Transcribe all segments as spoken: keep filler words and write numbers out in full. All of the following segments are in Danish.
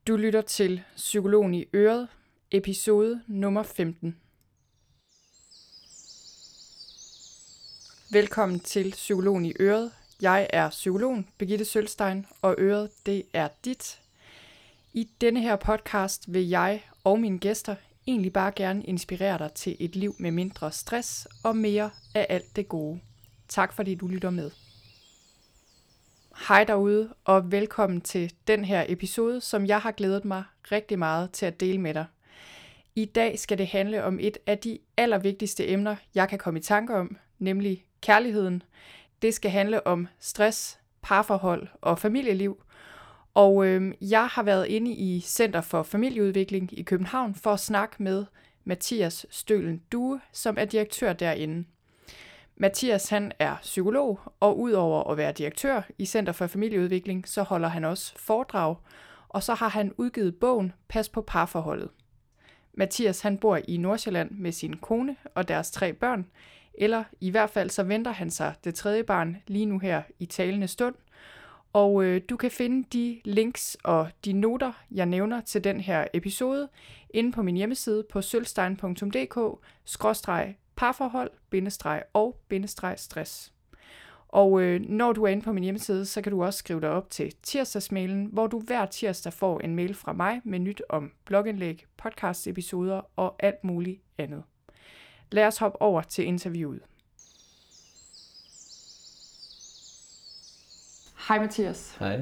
Du lytter til Psykologen i Øret, episode nummer femten. Velkommen til Psykologen i Øret. Jeg er psykologen Birgitte Sølstein, og Øret, det er dit. I denne her podcast vil jeg og mine gæster egentlig bare gerne inspirere dig til et liv med mindre stress og mere af alt det gode. Tak fordi du lytter med. Hej derude, og velkommen til den her episode, som jeg har glædet mig rigtig meget til at dele med dig. I dag skal det handle om et af de allervigtigste emner, jeg kan komme i tanke om, nemlig kærligheden. Det skal handle om stress, parforhold og familieliv. Og øh, jeg har været inde i Center for Familieudvikling i København for at snakke med Mathias Stølen Due, som er direktør derinde. Mathias han er psykolog, og udover at være direktør i Center for Familieudvikling, så holder han også foredrag, og så har han udgivet bogen Pas på parforholdet. Mathias han bor i Nordsjælland med sin kone og deres tre børn, eller i hvert fald så venter han sig det tredje barn lige nu her i talende stund. Og øh, du kan finde de links og de noter, jeg nævner til den her episode, inde på min hjemmeside på sølstein punktum d k skråstreg parforhold, bindestreg og bindestreg stress. Og øh, når du er inde på min hjemmeside, så kan du også skrive dig op til tirsdagsmailen, hvor du hver tirsdag får en mail fra mig med nyt om blogindlæg, podcastepisoder og alt muligt andet. Lad os hoppe over til interviewet. Hej Mathias. Hej.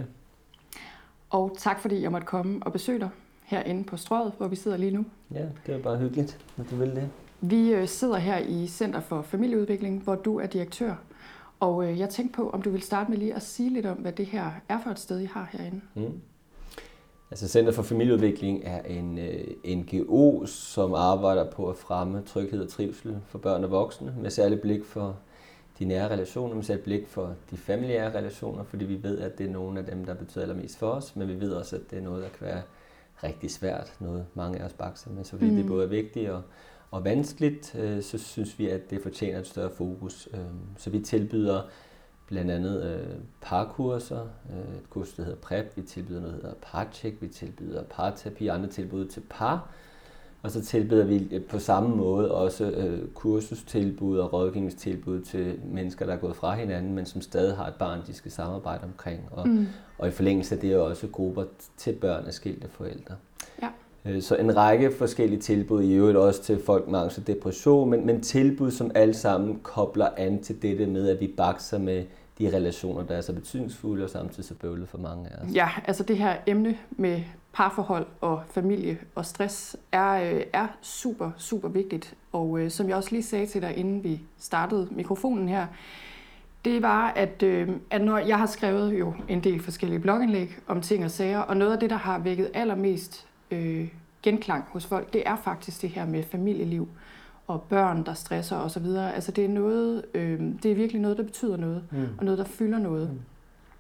Og tak fordi jeg måtte komme og besøge dig herinde på Strøget, hvor vi sidder lige nu. Ja, det er bare hyggeligt, at du vil det. Vi sidder her i Center for Familieudvikling, hvor du er direktør. Og jeg tænkte på, om du vil starte med lige at sige lidt om, hvad det her er for et sted, I har herinde. Mm. Altså Center for Familieudvikling er en uh, N G O, som arbejder på at fremme tryghed og trivsel for børn og voksne, med særligt blik for de nære relationer, med særligt blik for de familiære relationer, fordi vi ved, at det er nogle af dem, der betyder allermest for os, men vi ved også, at det er noget, der kan være rigtig svært, noget mange af os bakser med, så fordi mm. det både er vigtigt og Og vanskeligt, øh, så synes vi, at det fortjener et større fokus. Øh, så vi tilbyder blandt andet øh, parkurser, øh, et kurs, der hedder PrEP, vi tilbyder noget, der hedder Parcheck, vi tilbyder parterapi og andre tilbud til par. Og så tilbyder vi på samme måde også øh, kursustilbud og rådgivningstilbud til mennesker, der er gået fra hinanden, men som stadig har et barn, de skal samarbejde omkring. Og, mm. og i forlængelse af det er også grupper til børn af skilte forældre. Ja. Så en række forskellige tilbud, i øvrigt også til folk med angst og depression, men, men tilbud, som alle sammen kobler an til dette med, at vi bakser med de relationer, der er så betydningsfulde og samtidig så bøvlet for mange af os. Ja, altså det her emne med parforhold og familie og stress er, er super, super vigtigt. Og øh, som jeg også lige sagde til dig, inden vi startede mikrofonen her, det var, at, øh, at når jeg har skrevet jo en del forskellige blogindlæg om ting og sager, og noget af det, der har vækket allermest Øh, genklang hos folk, det er faktisk det her med familieliv og børn, der stresser og så videre. Altså det er noget, øh, det er virkelig noget, der betyder noget, mm. og noget, der fylder noget. Mm.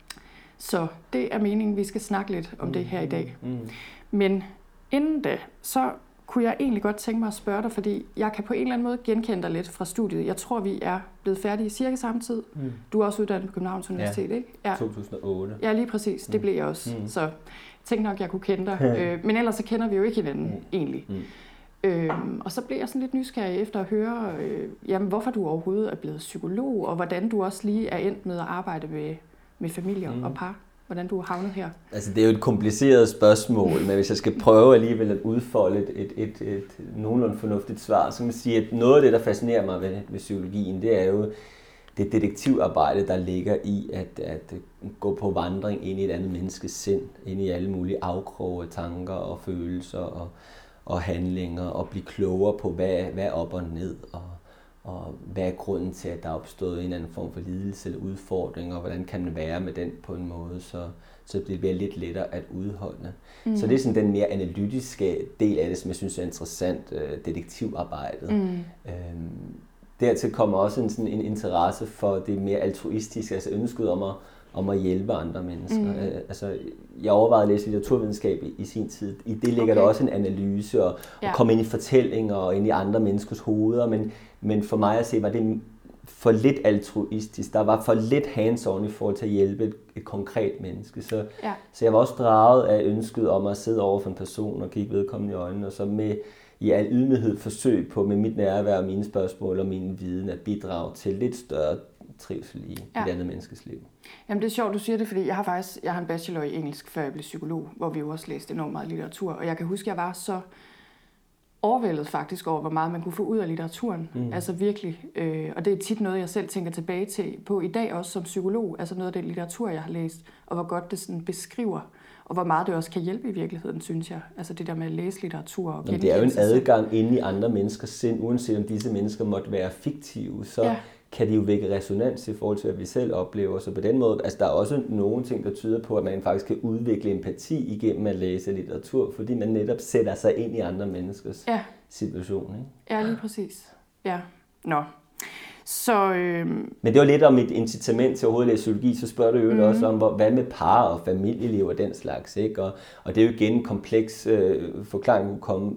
Så det er meningen, vi skal snakke lidt om mm. det her i dag. Mm. Men inden da, så kunne jeg egentlig godt tænke mig at spørge dig, fordi jeg kan på en eller anden måde genkende dig lidt fra studiet. Jeg tror, vi er blevet færdige cirka samme tid. Mm. Du er også uddannet på Københavns Universitet, ja. ikke? Ja, to tusind og otte. Ja, lige præcis. Det mm. blev jeg også. Mm. Så jeg tænkte nok, jeg kunne kende dig. øh, men ellers så kender vi jo ikke hinanden, mm. egentlig. Mm. Øhm, og så blev jeg sådan lidt nysgerrig efter at høre, øh, jamen, hvorfor du overhovedet er blevet psykolog, og hvordan du også lige er endt med at arbejde med, med familier mm. og par. Hvordan du er havnet her? Altså, det er jo et kompliceret spørgsmål, men hvis jeg skal prøve alligevel at udfolde et, et, et, et nogenlunde fornuftigt svar, så kan man sige, at noget af det, der fascinerer mig ved, ved psykologien, det er jo det detektivarbejde, der ligger i at, at gå på vandring ind i et andet menneskes sind, ind i alle mulige afkroge, tanker og følelser og, og handlinger, og blive klogere på, hvad, hvad er op og ned, og og hvad er grunden til, at der er opstået en eller anden form for lidelse eller udfordring, og hvordan kan man være med den på en måde, så, så det bliver lidt lettere at udholde. Mm. Så det er sådan den mere analytiske del af det, som jeg synes er interessant, øh, detektivarbejdet. Mm. Øhm, dertil kommer også en, sådan en interesse for det mere altruistiske, altså ønsket om at, om at hjælpe andre mennesker. Mm. Altså, jeg overvejede at læse litteraturvidenskab i, i sin tid. I det ligger okay. der også en analyse, og, ja. og komme ind i fortællinger og ind i andre menneskers hoveder, men Men for mig at se, var det for lidt altruistisk. Der var for lidt hands-on i forhold til at hjælpe et, et konkret menneske. Så, ja. så jeg var også draget af ønsket om at sidde over for en person og kigge vedkommende i øjnene, og så med i al ydmyghed forsøg på med mit nærvær og mine spørgsmål og min viden at bidrage til lidt større trivsel i ja. et andet menneskes liv. Jamen det er sjovt, du siger det, fordi jeg har faktisk jeg har en bachelor i engelsk, før jeg blev psykolog, hvor vi jo også læste enormt meget litteratur, og jeg kan huske, at jeg var så overvældet faktisk over, hvor meget man kunne få ud af litteraturen. Mm. Altså virkelig. Øh, og det er tit noget, jeg selv tænker tilbage til på i dag også som psykolog. Altså noget af det litteratur, jeg har læst, og hvor godt det sådan beskriver, og hvor meget det også kan hjælpe i virkeligheden, synes jeg. Altså det der med at læse litteratur og genkende. Det er jo en adgang ind i andre menneskers sind, uanset om disse mennesker måtte være fiktive, så ja. kan de jo vække resonans i forhold til, hvad vi selv oplever. Så på den måde, altså der er også nogle ting, der tyder på, at man faktisk kan udvikle empati igennem at læse litteratur, fordi man netop sætter sig ind i andre menneskers ja. situation. Ikke? Ja, lige præcis. Ja, nå. Så, øh... Men det var lidt om et incitament til overhovedet at læse psykologi, så spørger du jo mm. også om, hvor, hvad med par og familieliv og den slags, ikke? Og, og det er jo igen en kompleks øh, forklaring, kunne komme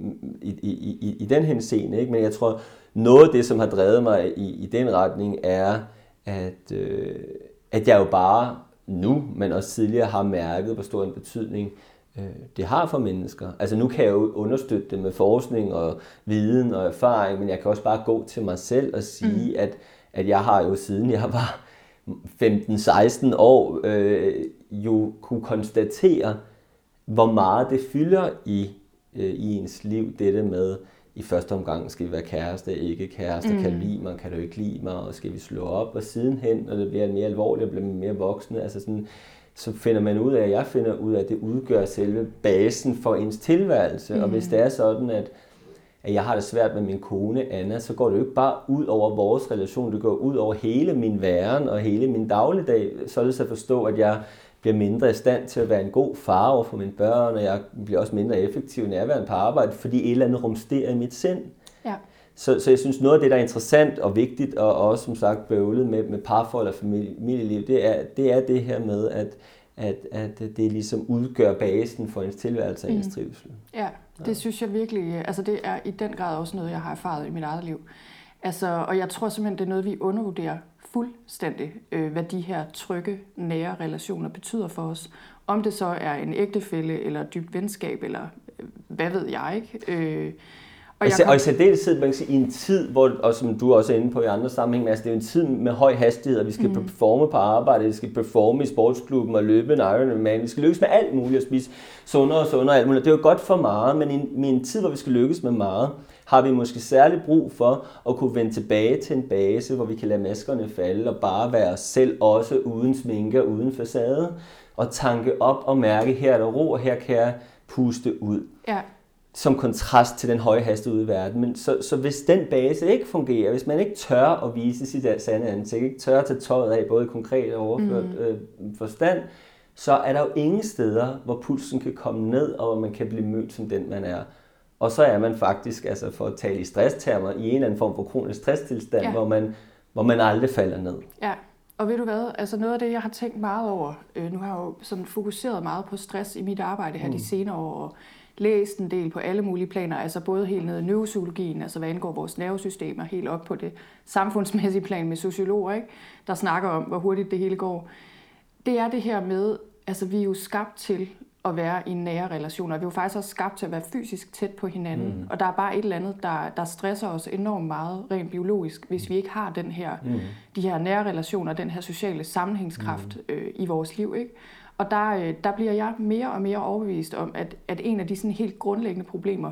i, i, i, i den henseende, ikke? Men jeg tror, noget af det, som har drevet mig i, i den retning, er, at, øh, at jeg jo bare nu, men også tidligere, har mærket, hvor stor en betydning øh, det har for mennesker. Altså nu kan jeg jo understøtte det med forskning og viden og erfaring, men jeg kan også bare gå til mig selv og sige, mm. at, at jeg har jo siden jeg var femten seksten år, øh, jo kunne konstatere, hvor meget det fylder i, øh, i ens liv, dette med, i første omgang skal vi være kærester, ikke kærester, mm. kan du lide mig, kan du ikke lide mig, og skal vi slå op, og sidenhen, når det bliver mere alvorligt, og bliver mere voksne, altså sådan, så finder man ud af, jeg finder ud af, at det udgør selve basen for ens tilværelse, mm. og hvis det er sådan, at, at jeg har det svært med min kone, Anna, så går det jo ikke bare ud over vores relation, det går ud over hele min væren og hele min dagligdag, således at forstå, at jeg bliver mindre i stand til at være en god far over for mine børn, og jeg bliver også mindre effektiv i nærværen på arbejde, fordi et eller andet rumsterer i mit sind. Ja. Så, så jeg synes, noget af det, der er interessant og vigtigt, og også som sagt bøvlet med, med parforhold og familieliv, det er, det er det her med, at, at, at det ligesom udgør basen for ens tilværelse og ens mm. trivsel. Ja, det ja. synes jeg virkelig, altså det er i den grad også noget, jeg har erfaret i mit eget liv. Altså, og jeg tror simpelthen, det er noget, vi undervurderer fuldstændig, øh, hvad de her trygge, nære relationer betyder for os. Om det så er en ægtefælle, eller dybt venskab, eller øh, hvad ved jeg, ikke? Øh, og, jeg kan... og i særdeleshed, man kan sige, i en tid, hvor, og som du også er inde på i andre sammenhæng, altså det er en tid med høj hastighed, og vi skal mm. performe på arbejde, vi skal performe i sportsklubben og løbe en Ironman, vi skal lykkes med alt muligt, og spise sundere og sundere og alt muligt. Det er jo godt for meget, men i, i en tid, hvor vi skal lykkes med meget, har vi måske særligt brug for at kunne vende tilbage til en base, hvor vi kan lade maskerne falde og bare være os selv, også uden sminke og uden facade, og tanke op og mærke, her er der ro, og her kan jeg puste ud. Ja. Som kontrast til den høje hastighed ude i verden. Men så, så hvis den base ikke fungerer, hvis man ikke tør at vise sit sande ansigt, ikke tør at tage tøjet af, både konkret og overført mm. øh, forstand, så er der jo ingen steder, hvor pulsen kan komme ned, og hvor man kan blive mødt som den, man er. Og så er man faktisk, altså for at tale i stresstermer, i en eller anden form for kronisk stresstilstand, ja. hvor, man, hvor man aldrig falder ned. Ja, og ved du hvad, altså noget af det, jeg har tænkt meget over, øh, nu har jeg jo sådan fokuseret meget på stress i mit arbejde her mm. de senere år, og læst en del på alle mulige planer, altså både helt ned i neuropsykologien, altså hvad angår vores nervesystemer, helt op på det samfundsmæssige plan med sociologer, ikke? Der snakker om, hvor hurtigt det hele går. Det er det her med, altså vi er jo skabt til at være i nære relationer. Vi er jo faktisk også skabt til at være fysisk tæt på hinanden. Mm. Og der er bare et eller andet, der, der stresser os enormt meget, rent biologisk, hvis vi ikke har den her, mm. de her nære relationer, den her sociale sammenhængskraft mm. øh, i vores liv, ikke? Og der, øh, der bliver jeg mere og mere overbevist om, at, at en af de sådan helt grundlæggende problemer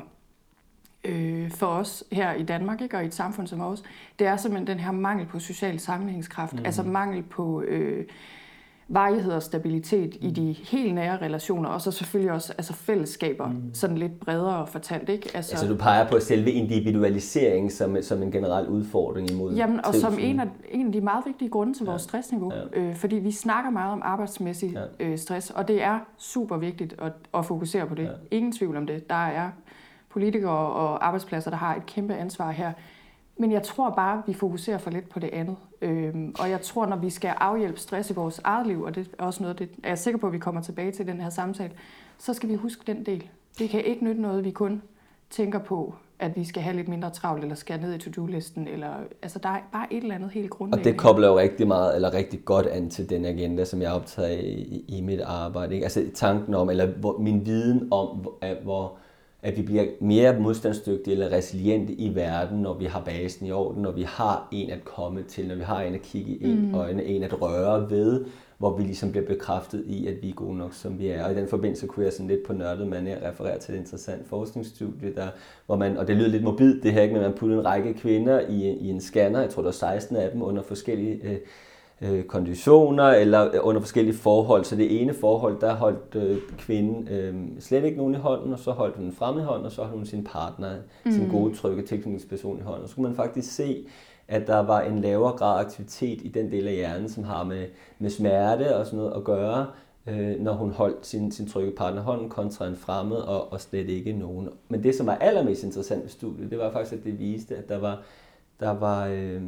øh, for os her i Danmark, ikke, og i et samfund som vores, det er simpelthen den her mangel på social sammenhængskraft. Mm. Altså mangel på Øh, varighed og stabilitet mm. i de helt nære relationer, og så selvfølgelig også altså fællesskaber, mm. sådan lidt bredere fortalt, ikke? Altså, altså du peger på selve individualisering som, som en generel udfordring imod jamen, og trivsel. Som en af, en af de meget vigtige grunde til ja. vores stressniveau, ja. øh, fordi vi snakker meget om arbejdsmæssig ja. øh, stress, og det er super vigtigt at, at fokusere på det. Ja. Ingen tvivl om det. Der er politikere og arbejdspladser, der har et kæmpe ansvar her. Men jeg tror bare, vi fokuserer for lidt på det andet. Øhm, og jeg tror, når vi skal afhjælpe stress i vores eget liv, og det er også noget, det er jeg sikker på, at vi kommer tilbage til den her samtale, så skal vi huske den del. Det kan ikke nytte noget, vi kun tænker på at vi skal have lidt mindre travlt, eller skal ned i to-do-listen, eller altså der er bare et eller andet helt grundlæggende. Og det kobler jo rigtig meget, eller rigtig godt an til den agenda, som jeg optager i, i mit arbejde. Ikke? Altså tanken om, eller hvor, min viden om, at, hvor, at vi bliver mere modstandsdygtige eller resiliente i verden, når vi har basen i orden, når vi har en at komme til, når vi har en at kigge i mm. øjnene, en at røre ved, hvor vi ligesom bliver bekræftet i, at vi er gode nok, som vi er. Og i den forbindelse kunne jeg sådan lidt på nørdet manér referere til et interessant forskningsstudie, der, hvor man, og det lyder lidt mobilt det her, ikke, men man puttede en række kvinder i, i en scanner, jeg tror der var seksten af dem, under forskellige øh, øh, konditioner, eller under forskellige forhold. Så det ene forhold, der holdt øh, kvinden øh, slet ikke nogen i hånden, og så holdt hun en fremmed hånd, og så holdt hun sin partner, mm. sin gode, trygge tilknytningsperson i hånden. Og så kunne man faktisk se, at der var en lavere grad af aktivitet i den del af hjernen, som har med, med smerte og sådan noget at gøre, øh, når hun holdt sin, sin trygge partner hånden kontra en fremmed og, og slet ikke nogen. Men det, som var allermest interessant ved studiet, det var faktisk, at det viste, at der var, der var, øh,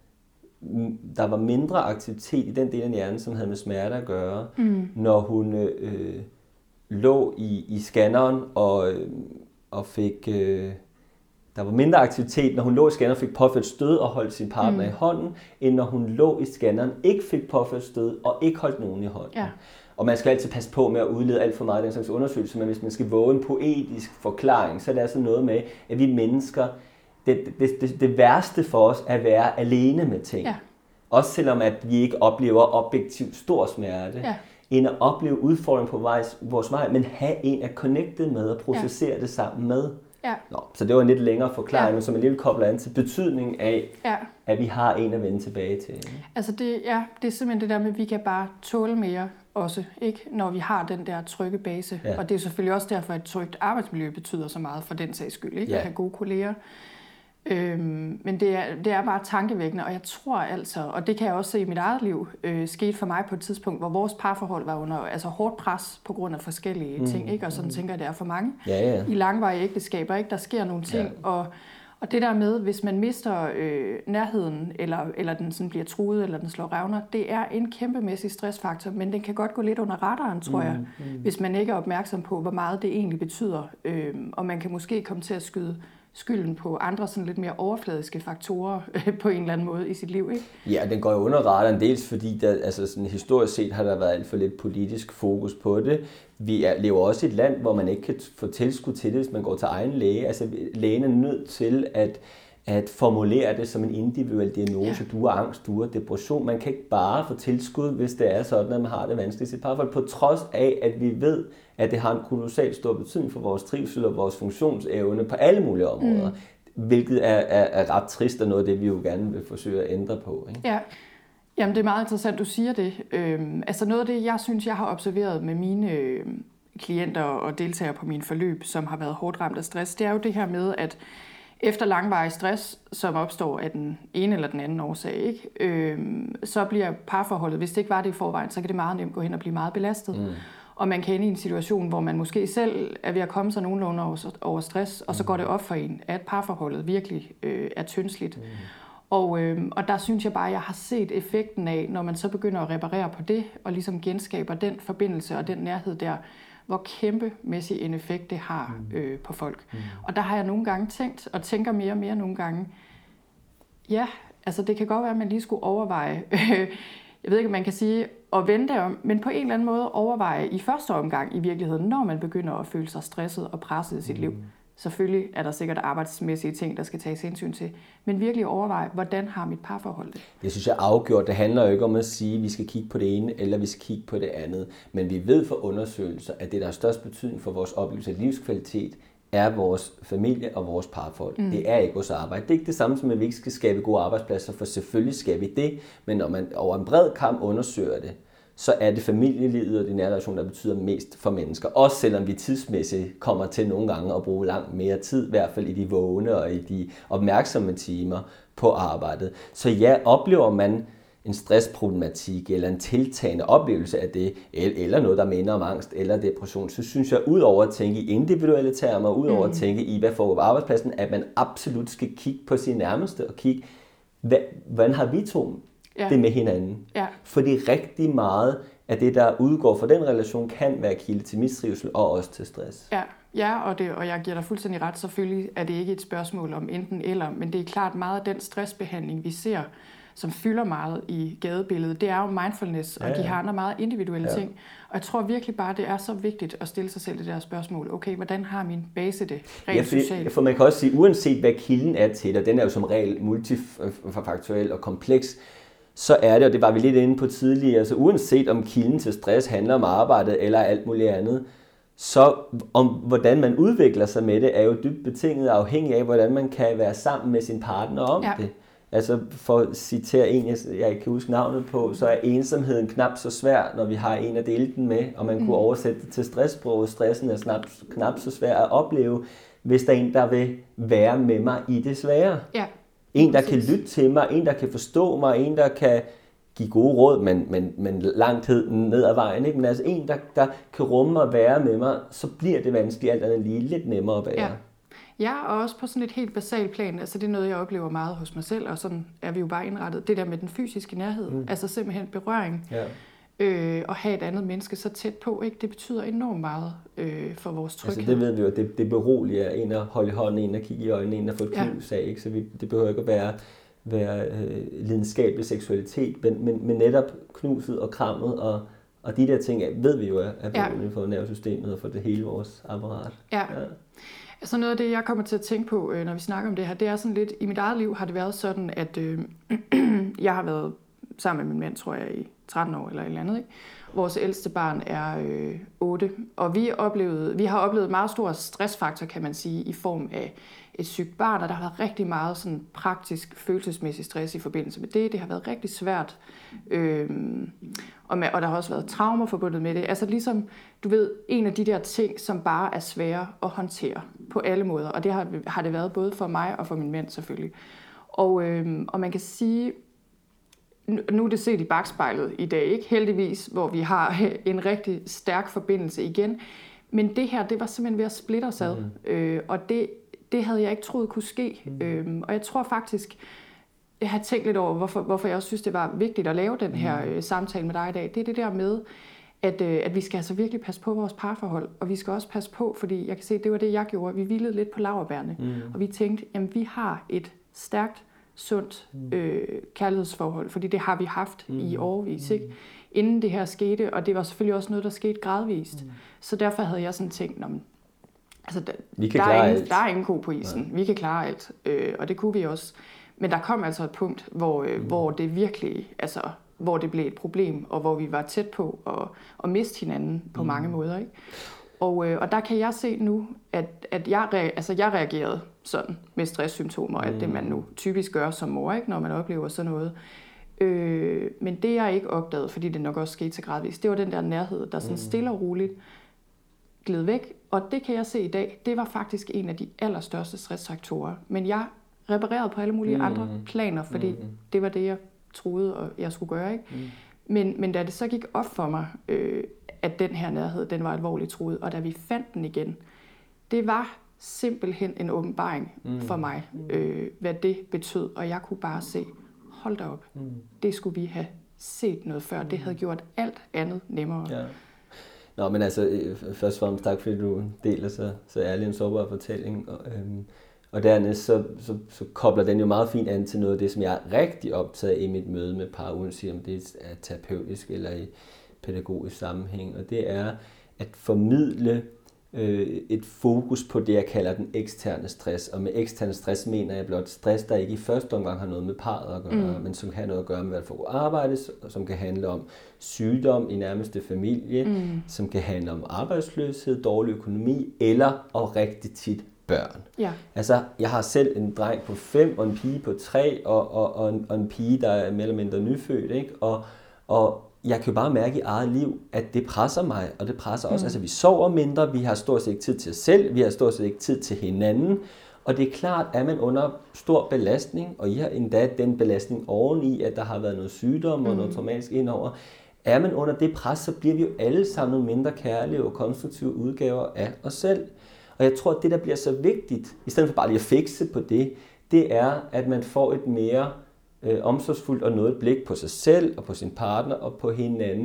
der var mindre aktivitet i den del af hjernen, som havde med smerte at gøre, mm. når hun øh, lå i, i scanneren og, øh, og fik... Øh, Der var mindre aktivitet, når hun lå i scanneren, fik påført stød og holdt sin partner mm. i hånden, end når hun lå i scanneren, ikke fik påført stød og ikke holdt nogen i hånden. Ja. Og man skal altid passe på med at udlede alt for meget af den slags undersøgelser, men hvis man skal våge en poetisk forklaring, så er det altså noget med, at vi mennesker, det, det, det, det værste for os er at være alene med ting. Ja. Også selvom at vi ikke oplever objektivt stor smerte, ja. end at opleve udfordring på vej, vores vej, men have en at connecte med og processere ja. det sammen med. Ja. Nå, så det var en lidt længere forklaring, ja. som en lille kobler an til betydningen af, ja. at vi har en at vende tilbage til. Altså det, ja, det er simpelthen det der med, at vi kan bare tåle mere også, ikke? Når vi har den der trygge base. Ja. Og det er selvfølgelig også derfor, at et trygt arbejdsmiljø betyder så meget for den sags skyld, ikke? Ja. At have gode kolleger. Øhm, men det er, det er bare tankevækkende, og jeg tror altså, og det kan jeg også se i mit eget liv, øh, skete for mig på et tidspunkt, hvor vores parforhold var under altså hårdt pres på grund af forskellige mm. ting, ikke? Og sådan mm. tænker jeg, det er for mange ja, ja. i langvarige ægteskaber, ikke? Der sker nogle ting, ja. og, og det der med, hvis man mister øh, nærheden, eller, eller den sådan bliver truet, eller den slår revner, det er en kæmpemæssig stressfaktor, men den kan godt gå lidt under radaren, tror jeg, mm. Mm. hvis man ikke er opmærksom på, hvor meget det egentlig betyder, øh, og man kan måske komme til at skyde skylden på andre sådan lidt mere overfladiske faktorer på en eller anden måde i sit liv, ikke? Ja, den går jo under radaren dels, fordi der, altså sådan, historisk set har der været alt for lidt politisk fokus på det. Vi er, lever også i et land, hvor man ikke kan få tilskud til det, hvis man går til egen læge. Altså lægen er nødt til at, at formulere det som en individuel diagnose. Ja. Du har angst, du har depression. Man kan ikke bare få tilskud, hvis det er sådan, at man har det vanskeligt i sit parforhold. På trods af, at vi ved, at det har en kolossalt stor betydning for vores trivsel og vores funktionsevne på alle mulige områder. Mm. Hvilket er, er, er ret trist og noget af det, vi jo gerne vil forsøge at ændre på. Ikke? Ja. Jamen, det er meget interessant, du siger det. Øhm, altså noget af det, jeg synes, jeg har observeret med mine øh, klienter og deltagere på mine forløb, som har været hårdt ramt af stress, det er jo det her med, at efter langvarig stress, som opstår af den ene eller den anden årsag, ikke? Øhm, så bliver parforholdet, hvis det ikke var det i forvejen, så kan det meget nemt gå hen og blive meget belastet. Mm. Og man kan ende i en situation, hvor man måske selv er ved at komme sig nogenlunde over, over stress, og så går det op for en, at parforholdet virkelig øh, er tyndsligt. Mm. Og, øh, og der synes jeg bare, at jeg har set effekten af, når man så begynder at reparere på det, og ligesom genskaber den forbindelse og den nærhed der, hvor kæmpemæssig en effekt det har øh, på folk. Mm. Og der har jeg nogle gange tænkt, og tænker mere og mere nogle gange, ja, altså det kan godt være, at man lige skulle overveje, jeg ved ikke, om man kan sige, at vente om, men på en eller anden måde overveje i første omgang i virkeligheden, når man begynder at føle sig stresset og presset i sit mm. liv. Selvfølgelig er der sikkert arbejdsmæssige ting, der skal tages hensyn til, men virkelig overveje, hvordan har mit parforhold det? Det synes jeg er afgjort. Det handler jo ikke om at sige, at vi skal kigge på det ene, eller vi skal kigge på det andet. Men vi ved fra undersøgelser, at det, der har størst betydning for vores oplevelse af livskvalitet, er vores familie og vores parforhold. Mm. Det er ikke vores arbejde. Det er ikke det samme som, at vi ikke skal skabe gode arbejdspladser, for selvfølgelig skal vi det. Men når man over en bred kam undersøger det, så er det familielivet og de nære relationer, der betyder mest for mennesker. Også selvom vi tidsmæssigt kommer til nogle gange at bruge langt mere tid, i hvert fald i de vågne og i de opmærksomme timer på arbejdet. Så ja, oplever man en stressproblematik eller en tiltagende oplevelse af det, eller noget, der minder om angst eller depression, så synes jeg, ud over at tænke i individuelle termer, ud over mm. at tænke i, hvad foregår på arbejdspladsen, at man absolut skal kigge på sine nærmeste og kigge, hvad, hvordan har vi to ja. det med hinanden? Ja. Fordi rigtig meget at det, der udgår fra den relation, kan være kilde til mistrivsel og også til stress. Ja, ja og, det, og jeg giver dig fuldstændig ret. Selvfølgelig er det ikke et spørgsmål om enten eller, men det er klart meget af den stressbehandling, vi ser, som fylder meget i gadebilledet, det er jo mindfulness og ja, ja. de har andre meget individuelle ja. ting. Og jeg tror virkelig bare, det er så vigtigt at stille sig selv det der spørgsmål. Okay, hvordan har min base det rent ja, for, socialt? For man kan også sige, uanset hvad kilden er til, og den er jo som regel multifaktuel og kompleks, så er det, og det var vi lidt inde på tidligere, altså uanset om kilden til stress handler om arbejdet eller alt muligt andet, så om hvordan man udvikler sig med det, er jo dybt betinget afhængig af, hvordan man kan være sammen med sin partner om ja. det. Altså for at citere en, jeg ikke kan huske navnet på, så er ensomheden knap så svær, når vi har en at dele den med, og man mm. kunne oversætte det til stresssprog. Stressen er knap, knap så svær at opleve, hvis der er en, der vil være med mig i det svære. Ja. En, der kan lytte til mig, en, der kan forstå mig, en, der kan give gode råd, men, men, men langt ned ad vejen. Ikke? Men altså en, der, der kan rumme og være med mig, så bliver det vanskeligt alt andet lige lidt nemmere at være. Ja. Ja, og også på sådan et helt basalt plan, altså det er noget, jeg oplever meget hos mig selv, og sådan er vi jo bare indrettet. Det der med den fysiske nærhed, mm. altså simpelthen berøring, ja. øh, og have et andet menneske så tæt på, ikke? Det betyder enormt meget øh, for vores tryghed. Altså det ved vi jo, det, det beroliger en at holde i hånden, en at kigge i øjnene, en at få et knus af, ikke? Så vi, det behøver ikke at være, være øh, lidenskabelig seksualitet, men, men, men netop knuset og krammet, og, og de der ting ved vi jo er, er beroliget ja. for nervesystemet og for det hele vores apparat. Ja. ja. Altså noget af det, jeg kommer til at tænke på, når vi snakker om det her, det er sådan lidt, i mit eget liv har det været sådan, at øh, jeg har været sammen med min mand, tror jeg, i tretten år eller et eller andet, ikke? Vores ældste barn er øh, otte, og vi, oplevede, vi har oplevet meget stor stressfaktor, kan man sige, i form af et sygt barn, og der har været rigtig meget sådan praktisk, følelsesmæssig stress i forbindelse med det. Det har været rigtig svært, øh, og, med, og der har også været traumer forbundet med det. Altså ligesom, du ved, en af de der ting, som bare er svære at håndtere på alle måder, og det har, har det været både for mig og for min mand selvfølgelig. Og, øh, og man kan sige, nu er det set i bagspejlet i dag, ikke? Heldigvis, hvor vi har en rigtig stærk forbindelse igen. Men det her, det var simpelthen ved at splitte os ad. Mm. Øh, og det, det havde jeg ikke troet kunne ske. Mm. Øhm, og jeg tror faktisk, jeg har tænkt lidt over, hvorfor, hvorfor jeg også synes, det var vigtigt at lave den her øh, samtale med dig i dag. Det er det der med, at, øh, at vi skal altså virkelig passe på vores parforhold. Og vi skal også passe på, fordi jeg kan se, det var det, jeg gjorde. Vi hvilede lidt på laurbærrene. Mm. Og vi tænkte, jamen vi har et stærkt, sundt øh, kærlighedsforhold, fordi det har vi haft mm. i årevis, ikke? Inden det her skete, og det var selvfølgelig også noget, der skete gradvist. Mm. Så derfor havde jeg sådan tænkt, men, altså, der, der, er ingen, der er ingen ko på isen, ja. Vi kan klare alt, øh, og det kunne vi også. Men der kom altså et punkt, hvor, øh, mm. hvor det virkelig, altså, hvor det blev et problem, og hvor vi var tæt på at, at miste hinanden på mm. mange måder, ikke? Og, øh, og der kan jeg se nu, at, at jeg, re- altså, jeg reagerede sådan med stresssymptomer, mm. at det man nu typisk gør som mor, ikke, når man oplever sådan noget. Øh, men det jeg ikke opdagede, fordi det nok også skete så gradvist, det var den der nærhed, der sådan mm. stille og roligt gled væk. Og det kan jeg se i dag, det var faktisk en af de allerstørste stressfaktorer. Men jeg reparerede på alle mulige mm. andre planer, fordi mm. det var det, jeg troede, og jeg skulle gøre, ikke? Mm. Men, men da det så gik op for mig, øh, at den her nærhed, den var alvorligt truet, og da vi fandt den igen, det var simpelthen en åbenbaring mm. for mig, øh, hvad det betød, og jeg kunne bare se, hold da op, mm. det skulle vi have set noget før, det havde gjort alt andet nemmere. Ja. Nå, men altså, først og fremmest tak, fordi du deler så, så ærlig en sårbar fortælling, og, øhm, og dernæst så, så, så kobler den jo meget fint an til noget af det, som jeg er rigtig optaget af i mit møde med par, uanset om det er terapeutisk eller i pædagogisk sammenhæng, og det er at formidle øh, et fokus på det, jeg kalder den eksterne stress. Og med ekstern stress mener jeg blot stress, der ikke i første omgang har noget med parret at gøre, mm. men som kan have noget at gøre med, hvad der får arbejdes, og som kan handle om sygdom i nærmeste familie, mm. som kan handle om arbejdsløshed, dårlig økonomi, eller og rigtig tit børn. Ja. Altså, jeg har selv en dreng på fem, og en pige på tre, og, og, og, en, og en pige, der er mere eller mindre nyfødt, ikke? Og, og jeg kan jo bare mærke i eget liv, at det presser mig, og det presser også. Mm. Altså, vi sover mindre, vi har stort set ikke tid til os selv, vi har stort set ikke tid til hinanden, og det er klart, at man under stor belastning, og I har endda den belastning oveni, at der har været noget sygdom og mm. noget traumatisk indover, er man under det pres, så bliver vi jo alle sammen nogle mindre kærlige og konstruktive udgaver af os selv. Og jeg tror, at det, der bliver så vigtigt, i stedet for bare lige at fikse på det, det er, at man får et mere øh, omsorgsfuldt og noget blik på sig selv og på sin partner og på hinanden,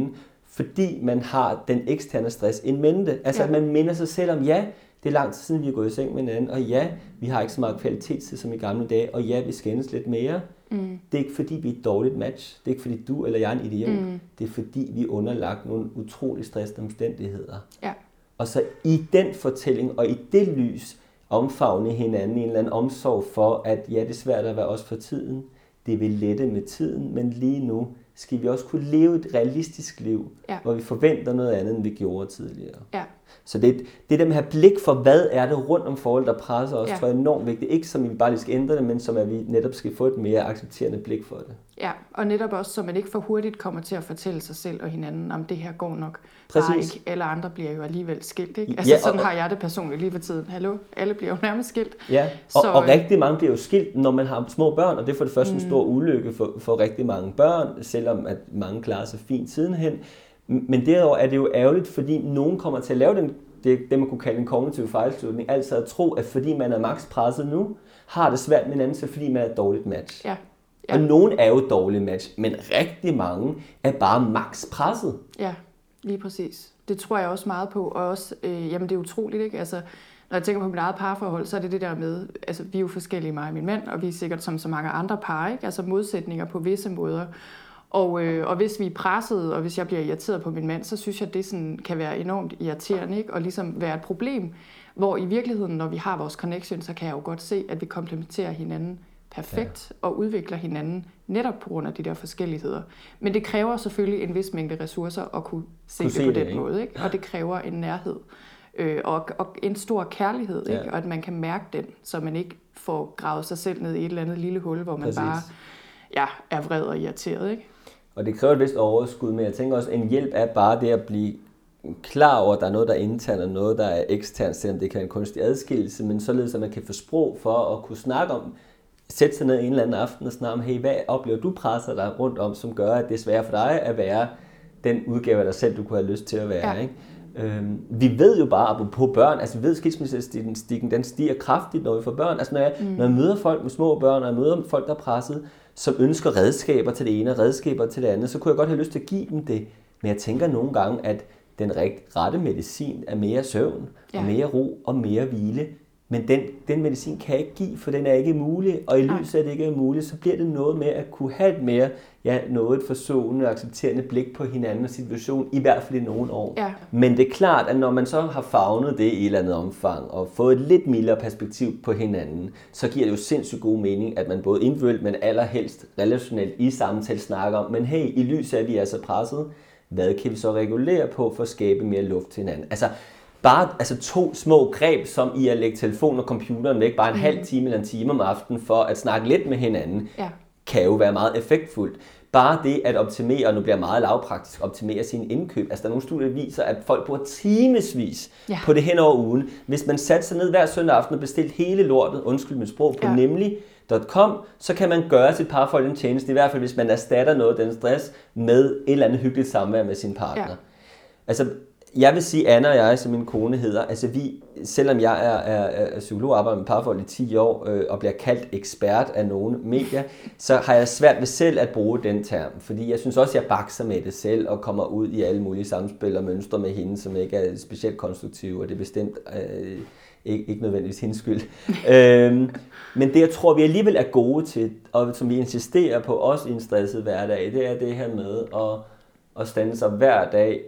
fordi man har den eksterne stress in mente. Altså, ja. At man minder sig selv om, ja, det er lang tid siden, vi er gået i seng med hinanden, og ja, vi har ikke så meget kvalitetstid som i gamle dage, og ja, vi skændes lidt mere. Mm. Det er ikke fordi, vi er et dårligt match. Det er ikke fordi, du eller jeg er en idiot. Mm. Det er fordi, vi er underlagt nogle utrolig stressende omstændigheder. Ja. Og så i den fortælling, og i det lys, omfavne hinanden i en eller anden omsorg for, at ja, det er svært at være os for tiden. Det vil lette med tiden, men lige nu skal vi også kunne leve et realistisk liv, ja. Hvor vi forventer noget andet, end vi gjorde tidligere. Ja. Så det, det der med at have blik for, hvad er det rundt om forhold, der presser os, ja. Tror jeg er enormt vigtigt. Ikke som vi bare lige skal ændre det, men som at vi netop skal få et mere accepterende blik for det. Ja, og netop også, så man ikke for hurtigt kommer til at fortælle sig selv og hinanden, om det her går nok. Bare ikke. Alle andre bliver jo alligevel skilt, ikke? Altså ja, og, sådan har jeg det personligt lige for tiden. Hallo, alle bliver jo nærmest skilt. Ja, og, så, og rigtig mange bliver jo skilt, når man har små børn, og det er for det første mm. en stor ulykke for, for rigtig mange børn, selvom at mange klarer sig fint sidenhen. Men derudover er det jo ærgerligt, fordi nogen kommer til at lave den, det, det man kunne kalde en kognitiv fejlslutning, altså at tro, at fordi man er maks presset nu, har det svært med hinanden, så fordi man er et dårligt match. Ja. Ja. Og nogen er jo et dårligt match, men rigtig mange er bare maks presset. Ja, lige præcis. Det tror jeg også meget på, og også, øh, jamen det er utroligt, ikke? Altså, når jeg tænker på mit eget parforhold, så er det det der med, altså vi er jo forskellige, mig og min mand, og vi er sikkert som så mange andre par, ikke? Altså modsætninger på visse måder. Og, øh, og hvis vi er presset, og hvis jeg bliver irriteret på min mand, så synes jeg, at det sådan kan være enormt irriterende, ikke? Og ligesom være et problem, hvor i virkeligheden, når vi har vores connection, så kan jeg jo godt se, at vi komplementerer hinanden perfekt ja. Og udvikler hinanden netop på grund af de der forskelligheder. Men det kræver selvfølgelig en vis mængde ressourcer at kunne se kunne det på det, den ikke? Måde, ikke? Og det kræver en nærhed øh, og, og en stor kærlighed, ja. Ikke? Og at man kan mærke den, så man ikke får gravet sig selv ned i et eller andet lille hul, hvor man Præcis. Bare ja, er vred og irriteret, ikke? Og det kræver et vist overskud, men jeg tænker også, at en hjælp er bare det at blive klar over, at der er noget, der er internt, og noget, der er eksternt, selvom det kan være en kunstig adskillelse, men således, at man kan få sprog for at kunne snakke om, sætte sig ned en eller anden aften og snakke om, hey, hvad oplever du presser dig rundt om, som gør, at det er svært for dig at være den udgave af dig selv, du kunne have lyst til at være, ja. Ikke? Øhm, vi ved jo bare, på børn, altså vi ved, at skilsmissestatistikken, den stiger kraftigt, når vi får børn. Altså når jeg, mm. når jeg møder folk med små børn, og jeg møder folk, der er presset, som ønsker redskaber til det ene og redskaber til det andet, så kunne jeg godt have lyst til at give dem det. Men jeg tænker nogle gange, at den rette medicin er mere søvn, ja. Og mere ro og mere hvile. Men den, den medicin kan jeg ikke give, for den er ikke mulig, og i lyset af, at det ikke er muligt, så bliver det noget med at kunne have et mere, ja, noget et forsående og accepterende blik på hinanden og situation, i hvert fald i nogle år. Ja. Men det er klart, at når man så har favnet det i et eller andet omfang, og fået et lidt mildere perspektiv på hinanden, så giver det jo sindssygt god mening, at man både individuelt, men allerhelst relationelt i samtale snakker om, men hey, i lyset af, at vi er så presset, hvad kan vi så regulere på for at skabe mere luft til hinanden? Altså, bare altså to små greb, som i at lægge telefonen og computeren væk, bare en mm. halv time eller en time om aftenen, for at snakke lidt med hinanden, ja. Kan jo være meget effektfuldt. Bare det at optimere, og nu bliver meget lavpraktisk, optimere sine indkøb. Altså der er nogle studier, der viser, at folk bruger timesvis ja. På det hen over ugen. Hvis man satte sig ned hver søndag aften og bestilte hele lortet, undskyld mit sprog, på ja. Nemlig punktum com, så kan man gøre sit parforhold en tjeneste, i hvert fald hvis man erstatter noget af den stress med et eller andet hyggeligt samvær med sin partner. Ja. Altså, jeg vil sige, Anna og jeg, som min kone hedder, altså vi, selvom jeg er, er, er psykolog og arbejder med parforhold i ti år, øh, og bliver kaldt ekspert af nogle medier, så har jeg svært ved selv at bruge den term, fordi jeg synes også, jeg bakser med det selv, og kommer ud i alle mulige samspil og mønstre med hende, som ikke er specielt konstruktive, og det er bestemt øh, ikke, ikke nødvendigvis hendes skyld. øhm, men det, jeg tror, vi alligevel er gode til, og som vi insisterer på, også i en stresset hverdag, det er det her med at, at stande sig hver dag,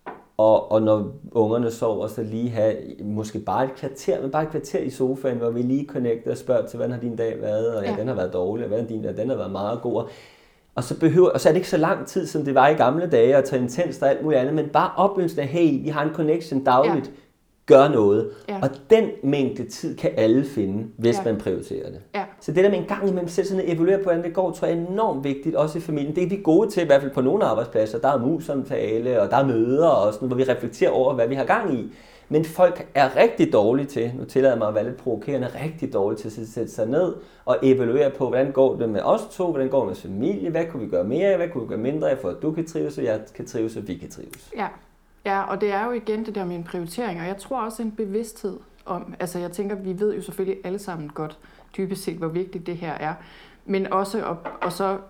Og, og når ungerne sover, så lige have måske bare et kvarter, men bare et kvarter i sofaen, hvor vi lige connecter og spørger til, hvordan har din dag været, og ja, ja. Den har været dårlig, og hvordan din dag, den har været meget god. Og så, behøver, og så er det ikke så lang tid, som det var i gamle dage, at tage intens og alt muligt andet, men bare oplevelsen af, hey, vi har en connection dagligt, ja. Gør noget. Ja. Og den mængde tid kan alle finde, hvis ja. Man prioriterer det. Ja. Så det der med en gang imellem selv sådan at evaluere på, hvordan det går, tror jeg er enormt vigtigt, også i familien. Det er vi gode til, i hvert fald på nogle arbejdspladser. Der er mus-samtale, og der er møder, og sådan, hvor vi reflekterer over, hvad vi har gang i. Men folk er rigtig dårlige til, nu tillader jeg mig at være lidt provokerende, rigtig dårlige til at sætte sig ned og evaluere på, hvordan går det med os to, hvordan går det med familie, hvad kunne vi gøre mere, hvad kunne vi gøre mindre, for at du kan trives, og jeg kan trives, og vi kan trives. Ja. Ja, og det er jo igen det der med en prioritering, og jeg tror også en bevidsthed om, altså jeg tænker, vi ved jo selvfølgelig alle sammen godt, typisk set, hvor vigtigt det her er, men også, og, og så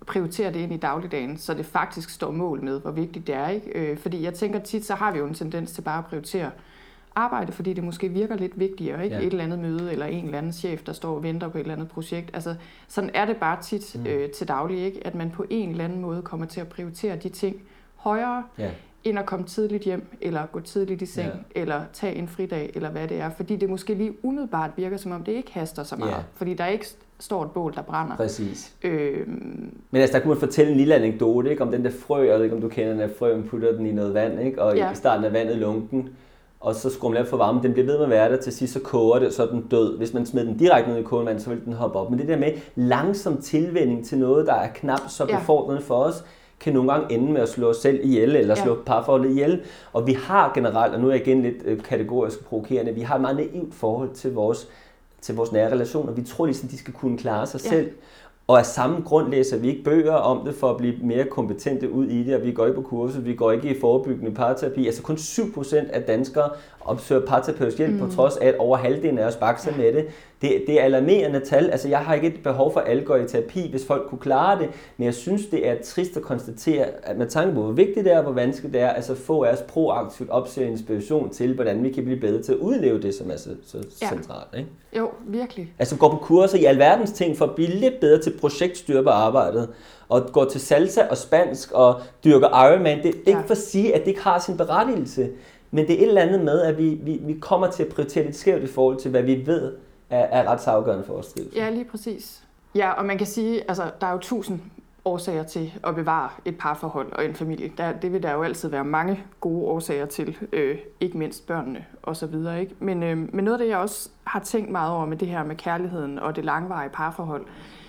prioritere det ind i dagligdagen, så det faktisk står mål med, hvor vigtigt det er. Ikke? Øh, fordi jeg tænker tit, så har vi jo en tendens til bare at prioritere arbejde, fordi det måske virker lidt vigtigere, ikke? Ja. Et eller andet møde, eller en eller anden chef, der står og venter på et eller andet projekt. Altså, sådan er det bare tit mm. øh, til daglig, ikke? At man på en eller anden måde kommer til at prioritere de ting højere, ja. end at komme tidligt hjem, eller gå tidligt i seng, ja. eller tage en fridag, eller hvad det er. Fordi det måske lige umiddelbart virker, som om det ikke haster så meget. Ja. Fordi der ikke står et bål, der brænder. Præcis. Øhm, Men altså, der kunne man fortælle en lille anekdote, ikke? Om den der frø, jeg ved ikke, om du kender den der frø, man putter den i noget vand, ikke? Og ja. i starten af vandet lunken, og så skruer man lidt for varme. Den bliver ved med at være der, til sidst så koger det, så er den død. Hvis man smider den direkte ned i kogende vand, så vil den hoppe op. Men det der med langsom tilvænning til noget, der er knap så befordrende for os, kan nogle gange ende med at slå os selv ihjel, eller slå ja. parforholdet ihjel. Og vi har generelt, og nu er jeg igen lidt kategorisk provokerende, vi har et meget naivt forhold til vores, til vores nære relationer. Vi tror ligesom, de skal kunne klare sig ja. selv. Og af samme grund læser vi ikke bøger om det for at blive mere kompetente ud i det, og vi går ikke på kurser, vi går ikke i forebyggende parterapi. Altså kun syv procent af danskere opsøger parterapeutisk hjælp, mm. på trods af, at over halvdelen af os bakser ja. med det. det. Det er alarmerende tal. Altså jeg har ikke et behov for, at alle går i terapi, hvis folk kunne klare det, men jeg synes, det er trist at konstatere, at med tanke på, hvor vigtigt det er, hvor vanskeligt det er, altså få af os proaktivt opsøger inspiration til, hvordan vi kan blive bedre til at udleve det, som er så, så ja. centralt. Ikke? Jo, virkelig. Altså gå på kurser i alverdens ting for at blive lidt bedre til projektstyre på arbejdet, og gå til salsa og spansk og dyrker Ironman. Det er ja. ikke for at sige, at det ikke har sin berettigelse, men det er et eller andet med, at vi, vi, vi kommer til at prioritere lidt skævt i forhold til, hvad vi ved er, er ret afgørende for vores trivsel. Ja, lige præcis. Ja, og man kan sige, altså der er jo tusind årsager til at bevare et parforhold og en familie. Der, det vil der jo altid være mange gode årsager til, øh, ikke mindst børnene og så videre, ikke? Men, øh, men noget af det, jeg også har tænkt meget over med det her med kærligheden og det langvarige parforhold,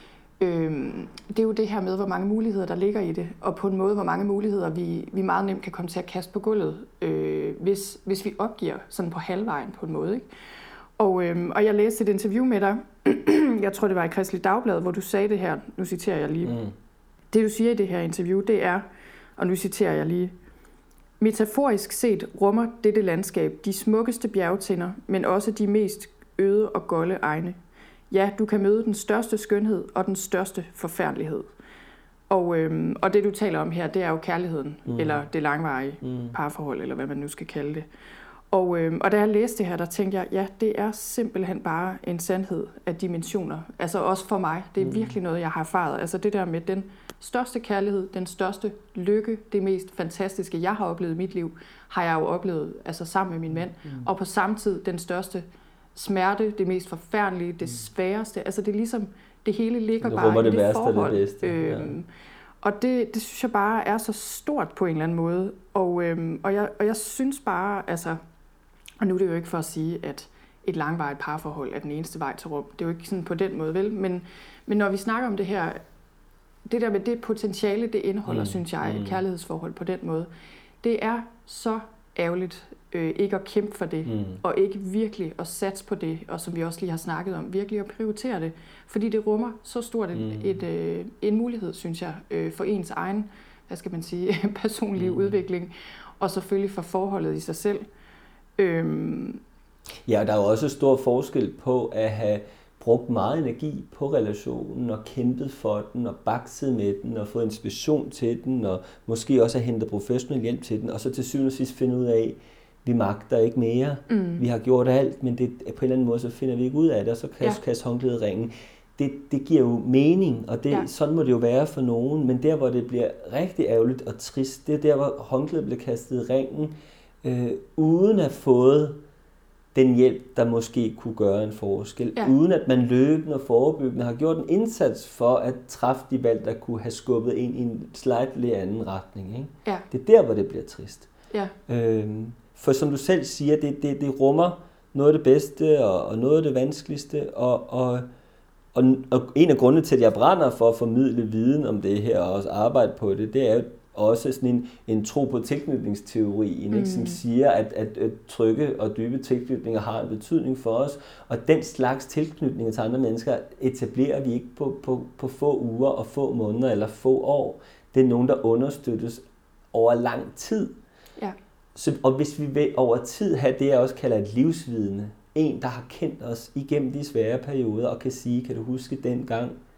øh, det er jo det her med, hvor mange muligheder der ligger i det, og på en måde, hvor mange muligheder vi, vi meget nemt kan komme til at kaste på gulvet, øh, hvis, hvis vi opgiver sådan på halvvejen på en måde, ikke? Og, øh, og jeg læste et interview med dig, jeg tror det var i Kristeligt Dagblad, hvor du sagde det her, nu citerer jeg lige. Mm. Det du siger i det her interview, det er, og nu citerer jeg lige, metaforisk set rummer dette landskab de smukkeste bjergtinder, men også de mest øde og golde egne. Ja, du kan møde den største skønhed og den største forfærdelighed. Og, øhm, og det du taler om her, det er jo kærligheden, mm. eller det langvarige mm. parforhold, eller hvad man nu skal kalde det. Og, øhm, og da jeg læste det her, der tænkte jeg, ja, det er simpelthen bare en sandhed af dimensioner. Altså også for mig, det er mm. virkelig noget, jeg har erfaret. Altså det der med den største kærlighed, den største lykke, det mest fantastiske, jeg har oplevet i mit liv, har jeg jo oplevet altså sammen med min mand. Mm. Og på samme tid den største smerte, det mest forfærdelige, det sværeste. Altså det er ligesom, det hele ligger det bare i det, det forhold. Det bedste. Øhm, ja. Og det, det synes jeg bare er så stort på en eller anden måde. Og, øhm, og, jeg, og jeg synes bare, altså, og nu er det jo ikke for at sige, at et langvarigt parforhold er den eneste vej til rum. Det er jo ikke sådan på den måde, vel? Men, men når vi snakker om det her, det der med det potentiale, det indeholder, mm. synes jeg, et kærlighedsforhold på den måde, det er så ærgerligt øh, ikke at kæmpe for det, mm. og ikke virkelig at satse på det, og som vi også lige har snakket om, virkelig at prioritere det, fordi det rummer så stort et, mm. et, øh, en mulighed, synes jeg, øh, for ens egen, hvad skal man sige, personlige mm. udvikling, og selvfølgelig for forholdet i sig selv. Øhm. Ja, og der er jo også stor forskel på at have brugt meget energi på relationen, og kæmpet for den, og bakset med den, og fået inspiration til den, og måske også have hentet professionel hjælp til den, og så til syvende og sidst finde ud af, vi magter ikke mere, mm. vi har gjort alt, men det, på en eller anden måde, så finder vi ikke ud af det, og så kan ja. kaste håndklædet ringen. Det, det giver jo mening, og det, ja. sådan må det jo være for nogen, men der, hvor det bliver rigtig ærgerligt og trist, det er der, hvor håndklædet bliver kastet i ringen, øh, uden at have fået den hjælp, der måske kunne gøre en forskel, ja. uden at man løbende og forebyggende har gjort en indsats for at træffe de valg, der kunne have skubbet en i en slightly anden retning. Ikke? Ja. Det er der, hvor det bliver trist. Ja. Øhm, for som du selv siger, det, det, det rummer noget af det bedste og, og noget af det vanskeligste, og, og, og, og en af grundene til, at jeg brænder for at formidle viden om det her og også arbejde på det, det er jo også sådan en, en tro på tilknytningsteorien, mm. ikke, som siger, at, at, at trygge og dybe tilknytninger har en betydning for os, og den slags tilknytninger til andre mennesker etablerer vi ikke på, på, på få uger og få måneder eller få år. Det er nogen, der understøttes over lang tid. Ja. Så, og hvis vi vil over tid have det, jeg også kalder et livsvidne, en, der har kendt os igennem de svære perioder, og kan sige, kan du huske dengang,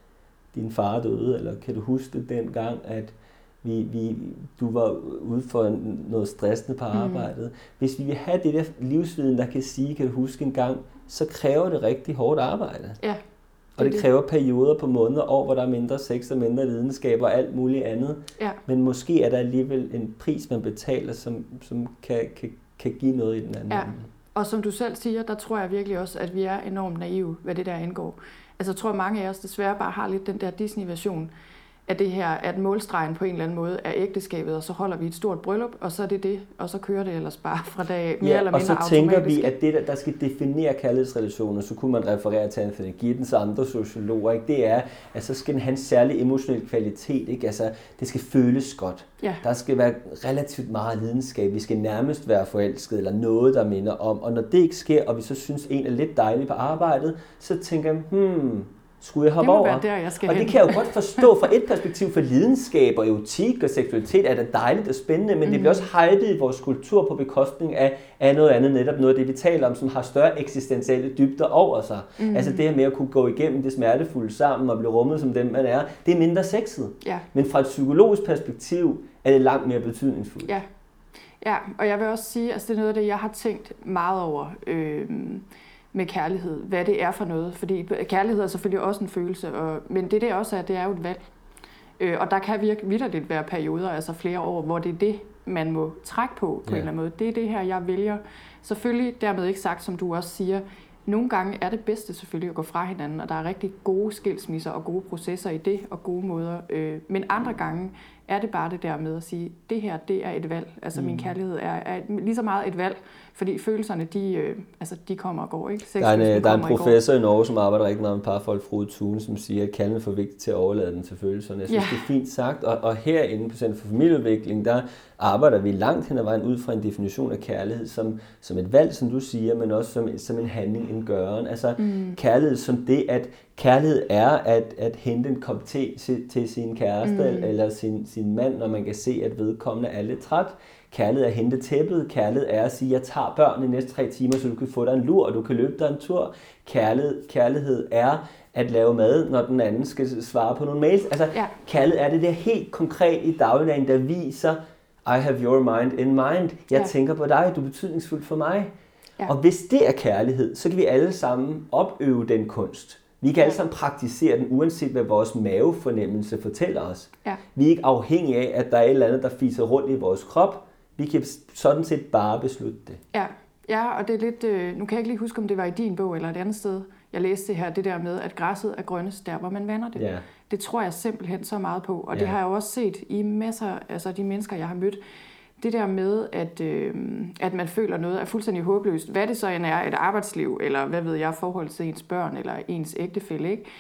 din far døde, eller kan du huske dengang, at vi, vi, du var ude for noget stressende på arbejdet. Mm. Hvis vi vil have det der livsviden, der kan sige, kan du huske en gang, så kræver det rigtig hårdt arbejde. Ja. Og det kræver perioder på måneder, år, hvor der er mindre sex og mindre lidenskab og alt muligt andet. Ja. Men måske er der alligevel en pris, man betaler, som, som kan, kan, kan give noget i den anden. Ja. Og som du selv siger, der tror jeg virkelig også, at vi er enormt naive, hvad det der angår. Altså jeg tror, at mange af os desværre bare har lidt den der Disney-version af det her, at målstregen på en eller anden måde er ægteskabet, og så holder vi et stort bryllup, og så er det det, og så kører det ellers bare fra dag mere ja, eller mindre automatisk. Og så tænker vi, at det, der, der skal definere kærlighedsrelationer, så kunne man referere til Anthony Giddens og andre sociologer, ikke? Det er, at så skal den have en særlig emotionel kvalitet, ikke? Altså, det skal føles godt. Ja. Der skal være relativt meget lidenskab, vi skal nærmest være forelsket, eller noget, der minder om, og når det ikke sker, og vi så synes, en er lidt dejlig på arbejdet, så tænker jeg, hmm... skulle jeg hoppe over? Der, jeg skal og hen. Det kan jeg jo godt forstå fra et perspektiv, for lidenskab og erotik og seksualitet er da dejligt og spændende, men mm. det bliver også hypet i vores kultur på bekostning af, af noget andet, netop noget af det, vi taler om, som har større eksistentielle dybder over sig. Mm. Altså det her med at kunne gå igennem det smertefulde sammen og blive rummet som dem, man er, det er mindre sexet. Ja. Men fra et psykologisk perspektiv er det langt mere betydningsfuldt. Ja, ja, og jeg vil også sige, at altså, det er noget af det, jeg har tænkt meget over, øh, med kærlighed, hvad det er for noget. Fordi kærlighed er selvfølgelig også en følelse, og, men det det også er, det er jo et valg. Øh, og der kan virke vitterligt være perioder, altså flere år, hvor det er det, man må trække på, på ja. en eller anden måde. Det er det her, jeg vælger. Selvfølgelig dermed ikke sagt, som du også siger, nogle gange er det bedste selvfølgelig at gå fra hinanden, og der er rigtig gode skilsmisser og gode processer i det, og gode måder. Øh, men andre gange er det bare det der med at sige, det her, det er et valg. Altså mm. min kærlighed er, er lige så meget et valg, fordi følelserne, de, øh, altså, de kommer og går, ikke? Der er en, der er en professor i Norge, som arbejder rigtig meget med parforhold, Frode Thune, som siger, at kærligheden er for vigtig til at overlade den til følelserne. Jeg synes, ja. det er fint sagt. Og, og herinde på Center for Familieudvikling, der arbejder vi langt hen ad vejen ud fra en definition af kærlighed som, som et valg, som du siger, men også som, som en handling, en gøren. Altså mm. kærlighed som det, at kærlighed er at, at hente en kop te til, til sin kæreste mm. eller sin, sin mand, når man kan se, at vedkommende er lidt træt. Kærlighed er at hente tæppet. Kærlighed er at sige, jeg tager børnene næste tre timer, så du kan få dig en lur, og du kan løbe dig en tur. Kærlighed, kærlighed er at lave mad, når den anden skal svare på nogle mails. Altså, ja. kærlighed er det der helt konkret i dagligdagen, der viser, I have your mind in mind. Jeg ja. tænker på dig, du er betydningsfuld for mig. Ja. Og hvis det er kærlighed, så kan vi alle sammen opøve den kunst. Vi kan alle sammen praktisere den, uanset hvad vores mavefornemmelse fortæller os. Ja. Vi er ikke afhængige af, at der er et eller andet, der fiser rundt i vores krop. Vi kan sådan set bare beslutte det. Ja, ja, og det er lidt, øh, nu kan jeg ikke lige huske, om det var i din bog eller et andet sted, jeg læste det her, det der med, at græsset er grønnest der, hvor man vander det. Ja. Det tror jeg simpelthen så meget på, og ja. det har jeg også set i masser, altså de mennesker, jeg har mødt. Det der med, at, øh, at man føler noget er fuldstændig håbløst. Hvad det så end er, et arbejdsliv, eller hvad ved jeg, forhold til ens børn, eller ens ægtefælle, ikke?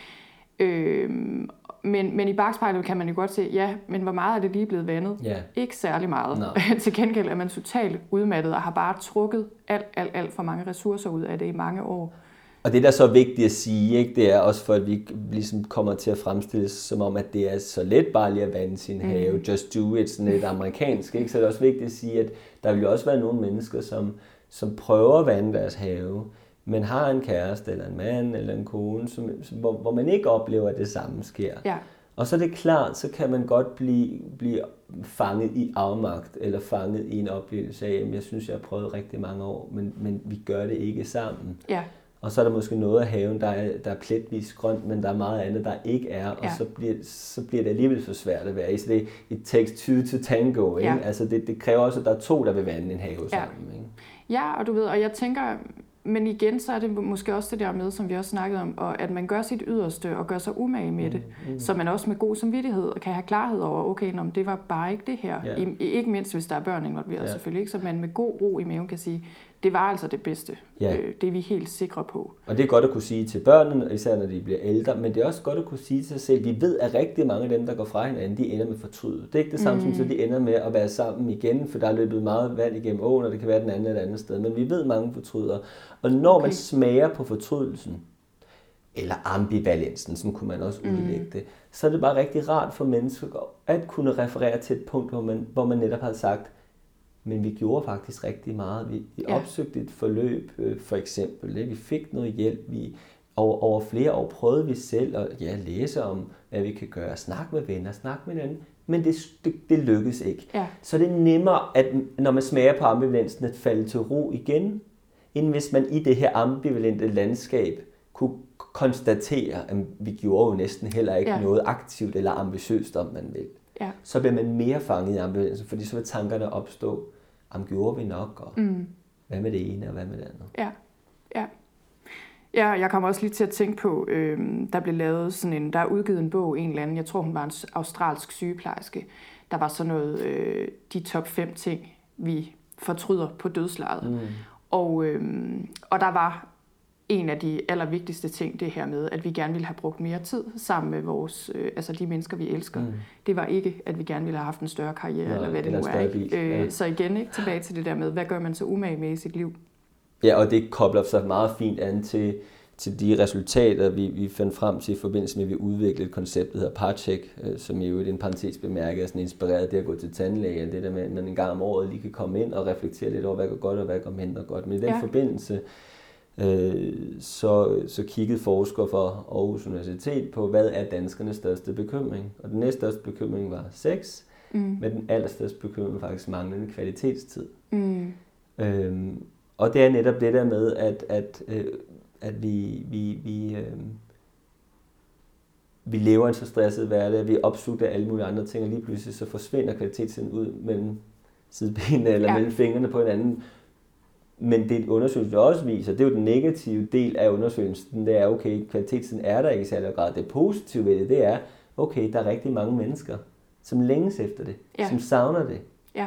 Øh, men, men i bagspejlet kan man jo godt se, ja, men hvor meget er det lige blevet vandet? Yeah. Ikke særlig meget. No. Til gengæld er man totalt udmattet, og har bare trukket alt, alt, alt for mange ressourcer ud af det i mange år. Og det, der er så vigtigt at sige, ikke, det er også for, at vi ligesom kommer til at fremstilles som om, at det er så let bare lige at vande sin have, mm. just do it, sådan lidt amerikansk. Ikke? Så det er også vigtigt at sige, at der vil jo også være nogle mennesker, som, som prøver at vande deres have, men har en kæreste, eller en mand, eller en kone, som, som, hvor, hvor man ikke oplever, at det samme sker. Ja. Og så er det klart, så kan man godt blive, blive fanget i afmagt, eller fanget i en oplevelse af, at jeg synes, jeg har prøvet rigtig mange år, men, men vi gør det ikke sammen. Ja. Og så er der måske noget af haven, der er, der er pletvis grønt, men der er meget andet, der ikke er, og ja. så, bliver, så bliver det alligevel så svært at være i. Så det it takes two to tango, ikke? Ja. Altså det, det kræver også, at der er to, der vil vande en have sammen. Ja. Ikke? Ja, og du ved, og jeg tænker, men igen, så er det måske også det der med, som vi også snakkede om, og at man gør sit yderste og gør sig umage med det, mm, mm. så man også med god samvittighed kan have klarhed over, okay, nå, det var bare ikke det her. Ja. I, ikke mindst, hvis der er børn involveret, ja. selvfølgelig ikke, så man med god ro i maven kan sige, det var altså det bedste. Ja. Øh, det er vi helt sikre på. Og det er godt at kunne sige til børnene, især når de bliver ældre, men det er også godt at kunne sige til sig selv, vi ved, at rigtig mange af dem, der går fra hinanden, de ender med fortrydet. Det er ikke det samme mm. som, at de ender med at være sammen igen, for der er løbet meget vand igennem åen, og det kan være den anden et andet sted. Men vi ved, mange fortryder. Og når okay. man smager på fortrydelsen, eller ambivalensen, sådan kunne man også udlægge mm. det, så er det bare rigtig rart for mennesker at kunne referere til et punkt, hvor man, hvor man netop har sagt, men vi gjorde faktisk rigtig meget. Vi, vi ja. opsøgte et forløb, øh, for eksempel. Ikke? Vi fik noget hjælp. Vi over, over flere år prøvede vi selv at ja, læse om, hvad vi kan gøre, snakke med venner, snakke med hinanden, men det, det, det lykkedes ikke. Ja. Så det er nemmere, at når man smager på ambivalensen, at falde til ro igen, end hvis man i det her ambivalente landskab kunne konstatere, at vi gjorde jo næsten heller ikke ja. noget aktivt eller ambitiøst, om man vil. Ja. Så bliver man mere fanget i ambivalensen, fordi så vil tankerne opstå, om gjorde vi nok, og mm. hvad med det ene, og hvad med det andet. Ja, ja. Ja, jeg kommer også lige til at tænke på, øh, der blev lavet sådan en, der er udgivet en bog, en eller anden, jeg tror hun var en australsk sygeplejerske, der var sådan noget, øh, de top fem ting, vi fortryder på dødslejet. Mm. Og, øh, og der var en af de allervigtigste ting, det her med, at vi gerne ville have brugt mere tid sammen med vores, øh, altså de mennesker, vi elsker. Mm. Det var ikke, at vi gerne ville have haft en større karriere, Nå, eller hvad det nu er. Ikke? Øh, ja. Så igen, ikke tilbage til det der med, hvad gør man så umage med i sit liv? Ja, og det kobler sig meget fint an til, til de resultater, vi, vi fandt frem til i forbindelse med, at vi udviklede et koncept, der hedder Parcheck, øh, som i øvrigt en parentes bemærket er sådan inspireret det at gå til tandlæge, det der med, at man en gang om året lige kan komme ind og reflektere lidt over, hvad går godt og hvad går mindre godt. Men i den ja. forbindelse, øh, så, så kiggede forskere fra Aarhus Universitet på, hvad er danskernes største bekymring? Og den næststørste bekymring var sex, mm. men den allerstørste bekymring var faktisk manglende kvalitetstid. Mm. Øhm, Og det er netop det der med, at, at, øh, at vi, vi, vi, øh, vi lever en så stresset hverdag, vi er opslugt af alle mulige andre ting, og lige pludselig så forsvinder kvalitetstiden ud mellem sidebenene eller ja. mellem fingrene på hinanden. Men det undersøgelsen også viser, det er jo den negative del af undersøgelsen, det er, okay, kvalitetstiden er der ikke i særlig grad. Det positive ved det, det er, okay, der er rigtig mange mennesker, som længes efter det, ja. som savner det. Ja.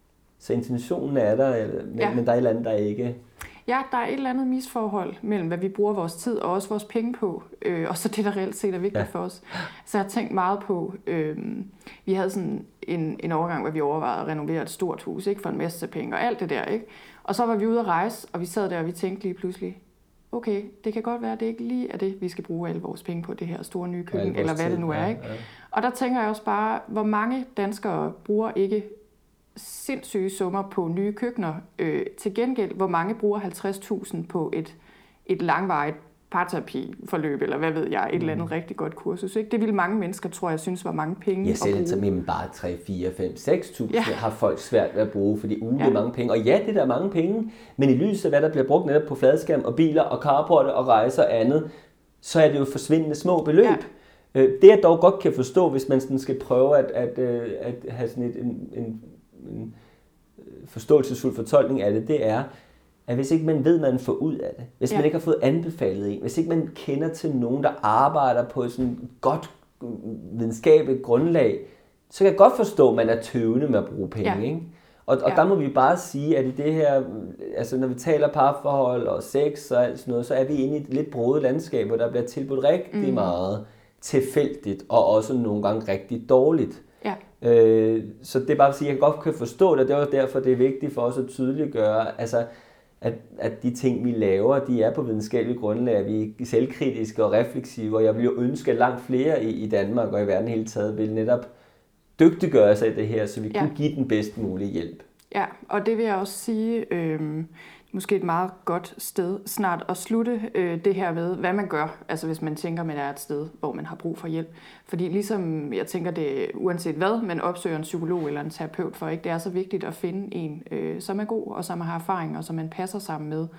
Så intentionen er der, men, ja. men der er et eller andet, der ikke... Ja, der er et eller andet misforhold mellem, hvad vi bruger vores tid og også vores penge på, øh, og så det, der reelt set er vigtigt ja. for os. Så jeg har tænkt meget på, øh, vi havde sådan en, en overgang, hvor vi overvejede at renovere et stort hus, ikke, for en masse penge og alt det der, ikke? Og så var vi ude at rejse, og vi sad der, og vi tænkte lige pludselig, okay, det kan godt være, at det ikke lige er det, vi skal bruge alle vores penge på, det her store nye køkken, eller hvad tid, det nu er, ikke? Ja, ja. Og der tænker jeg også bare, hvor mange danskere bruger ikke sindssyge summer på nye køkkener. Øh, til gengæld, hvor mange bruger halvtreds tusind på et, et langvarigt parterapi-forløb, eller hvad ved jeg, et mm. eller andet rigtig godt kursus. Ikke? Det ville mange mennesker, tror jeg, synes var mange penge jeg selv at bruge. Jeg bare tre, fire, fem, seks tusind ja. har folk svært ved at bruge, fordi uh, ja. det er mange penge. Og ja, det er der mange penge, men i lyset af, hvad der bliver brugt netop på fladskærm og biler og carporte og rejser og andet, så er det jo forsvindende små beløb. Ja. Det jeg dog godt kan forstå, hvis man sådan skal prøve at, at, at have sådan et, en, en en forståelsesfuld fortolkning af det, det er, at hvis ikke man ved, hvad man får ud af det, hvis ja. man ikke har fået anbefalet en, hvis ikke man kender til nogen, der arbejder på sådan et godt videnskabeligt grundlag, så kan jeg godt forstå, at man er tøvende med at bruge penge. Ja. Ikke? Og, og ja. der må vi bare sige, at i det her, altså når vi taler parforhold og sex og alt sådan noget, så er vi inde i et lidt broget landskab, hvor der bliver tilbudt rigtig mm. meget tilfældigt, og også nogle gange rigtig dårligt. Ja. Øh, så det er bare at sige, at jeg godt kan forstå det, og det er derfor, det er vigtigt for os at tydeliggøre, altså, at, at de ting, vi laver, de er på videnskabeligt grundlag, at vi er selvkritiske og refleksive, og jeg vil jo ønske, at langt flere i, i Danmark og i verden hele taget vil netop dygtiggøre sig i det her, så vi ja. kunne give den bedst mulige hjælp. Ja, og det vil jeg også sige, øh, måske et meget godt sted snart at slutte øh, det her med, hvad man gør, altså hvis man tænker, man er et sted, hvor man har brug for hjælp. Fordi ligesom jeg tænker det, uanset hvad, man opsøger en psykolog eller en terapeut for, ikke, det er så vigtigt at finde en, øh, som er god, og som har erfaring, og som man passer sammen med.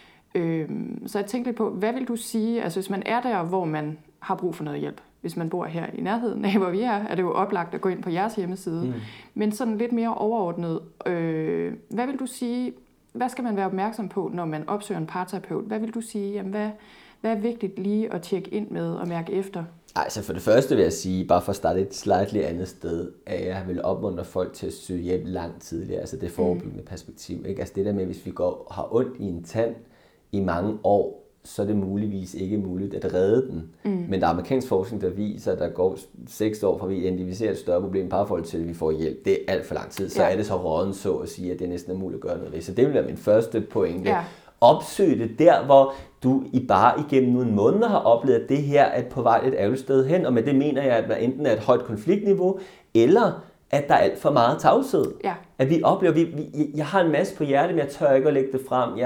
Øh, så jeg tænkte lidt på, hvad vil du sige, altså hvis man er der, hvor man har brug for noget hjælp, hvis man bor her i nærheden af, hvor vi er, er det jo oplagt at gå ind på jeres hjemmeside. Mm. Men sådan lidt mere overordnet, øh, hvad vil du sige, hvad skal man være opmærksom på, når man opsøger en parterapeut? Hvad vil du sige, jamen hvad, hvad er vigtigt lige at tjekke ind med og mærke efter? Altså for det første vil jeg sige, bare for at starte et slightly andet sted, at jeg vil opmuntre folk til at søge hjælp langt tidligere, altså det forebyggende mm. perspektiv. Ikke? Altså det der med, hvis vi går har ondt i en tand i mange år, så er det muligvis ikke muligt at redde den. Mm. Men der er amerikansk forskning, der viser, at der går seks år fra vi identificerer et større problem i parforhold til, at vi får hjælp. Det er alt for lang tid. Så ja. er det så råden så at sige, at det næsten er muligt at gøre noget ved. Så det vil være min første pointe. Ja. Opsøg det der, hvor du i bare igennem nogle måneder har oplevet, at det her er på vej et ærgerligt sted hen. Og med det mener jeg, at der enten er et højt konfliktniveau, eller at der er alt for meget tavshed. Ja. At vi oplever, vi, vi, jeg har en masse på hjertet, men jeg tør ikke at lægge det frem. Jeg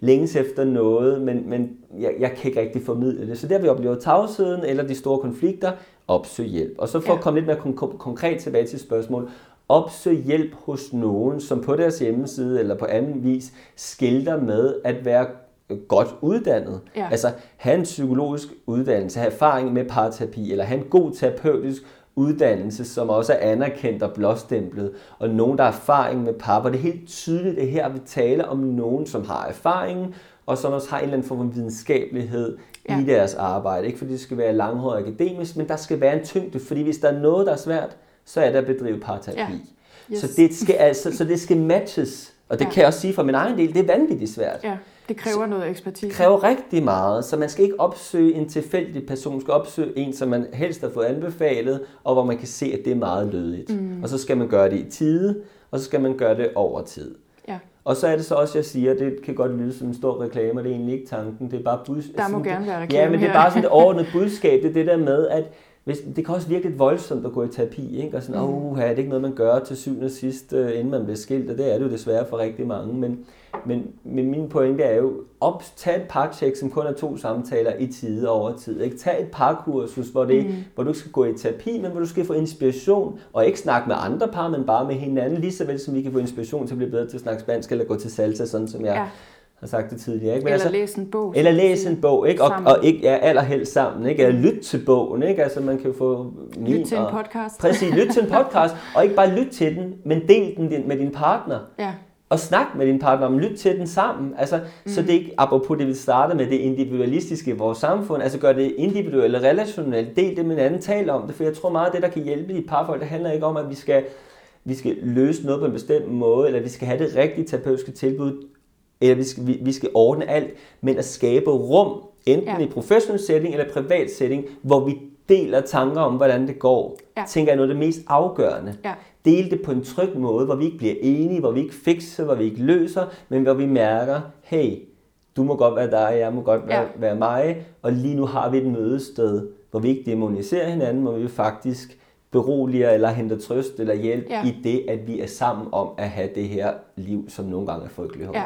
længes efter noget, men, men jeg, jeg kan ikke rigtig formidle det. Så der vi oplever tavsheden eller de store konflikter, opsøg hjælp. Og så for ja. at komme lidt mere kon- konkret tilbage til spørgsmål, opsøg hjælp hos nogen, som på deres hjemmeside eller på anden vis skilter med at være godt uddannet. Ja. Altså have en psykologisk uddannelse, have erfaring med parterapi, eller have en god terapeutisk uddannelse, som også er anerkendt og blåstemplet, og nogen, der har erfaring med par, hvor det er helt tydeligt, det her, vi taler om nogen, som har erfaringen, og som også har en eller anden form for videnskabelighed ja. i deres arbejde. Ikke fordi det skal være langhåret akademisk, men der skal være en tyngde, fordi hvis der er noget, der er svært, så er det at bedrive parterapi. Ja. Yes. Så, det skal, altså, så det skal matches, og det ja. kan jeg også sige for min egen del, det er vanvittigt svært. Ja. Det kræver noget ekspertise. Det kræver rigtig meget, så man skal ikke opsøge en tilfældig person, man skal opsøge en, som man helst har fået anbefalet, og hvor man kan se, at det er meget lødigt. Mm. Og så skal man gøre det i tide, og så skal man gøre det over tid. Ja. Og så er det så også, jeg siger, det kan godt lyde som en stor reklame, og det er egentlig ikke tanken, det er bare budskab. Der må sådan, gerne være reklame. Ja, men det er bare sådan et overordnet budskab, det er det der med, at hvis, det kan også virke lidt voldsomt at gå i terapi, ikke? Og sådan, åh, mm. oh, er det ikke noget, man gør til syvende og sidst, inden man bliver skilt, og det er det jo desværre for rigtig mange, men Men, men min pointe er jo, op, tag et parcheck, som kun er to samtaler i tide og over tid. Ikke? Tag et parkursus, hvor, det, mm. hvor du ikke skal gå i terapi, men hvor du skal få inspiration, og ikke snakke med andre par, men bare med hinanden, lige så vel som vi kan få inspiration til at blive bedre til at snakke spansk, eller gå til salsa, sådan som jeg ja. har sagt det tidligere. Ikke? Men eller altså, læse en bog. Eller læse en bog, ikke? Og, og ikke, ja, allerhelst sammen, ikke? Eller lytte til bogen, ikke? Altså man kan jo få... Lytte til en podcast. Præcis, lytte til en podcast, og ikke bare lytte til den, men del den med din partner. Ja. Og snak med din partner om, lyt til den sammen. Altså, mm. Så det er ikke, apropos det vi starter med, det individualistiske i vores samfund, altså gør det individuelle, relationelt, del det med en anden, tal om det, for jeg tror meget, at det, der kan hjælpe i et parforhold, det handler ikke om, at vi skal, vi skal løse noget på en bestemt måde, eller vi skal have det rigtige terapeutiske tilbud, eller vi skal, vi, vi skal ordne alt, men at skabe rum, enten ja. i professionel setting eller privat setting, hvor vi deler tanker om, hvordan det går, ja. tænker jeg noget af det mest afgørende. Ja. Dele det på en tryg måde, hvor vi ikke bliver enige, hvor vi ikke fikser, hvor vi ikke løser, men hvor vi mærker, hey, du må godt være dig, jeg må godt være, ja. være mig, og lige nu har vi et mødested, hvor vi ikke demoniserer hinanden, hvor vi faktisk beroliger eller henter trøst eller hjælp ja. i det, at vi er sammen om at have det her liv, som nogle gange er frygteligt hårdt. Ja.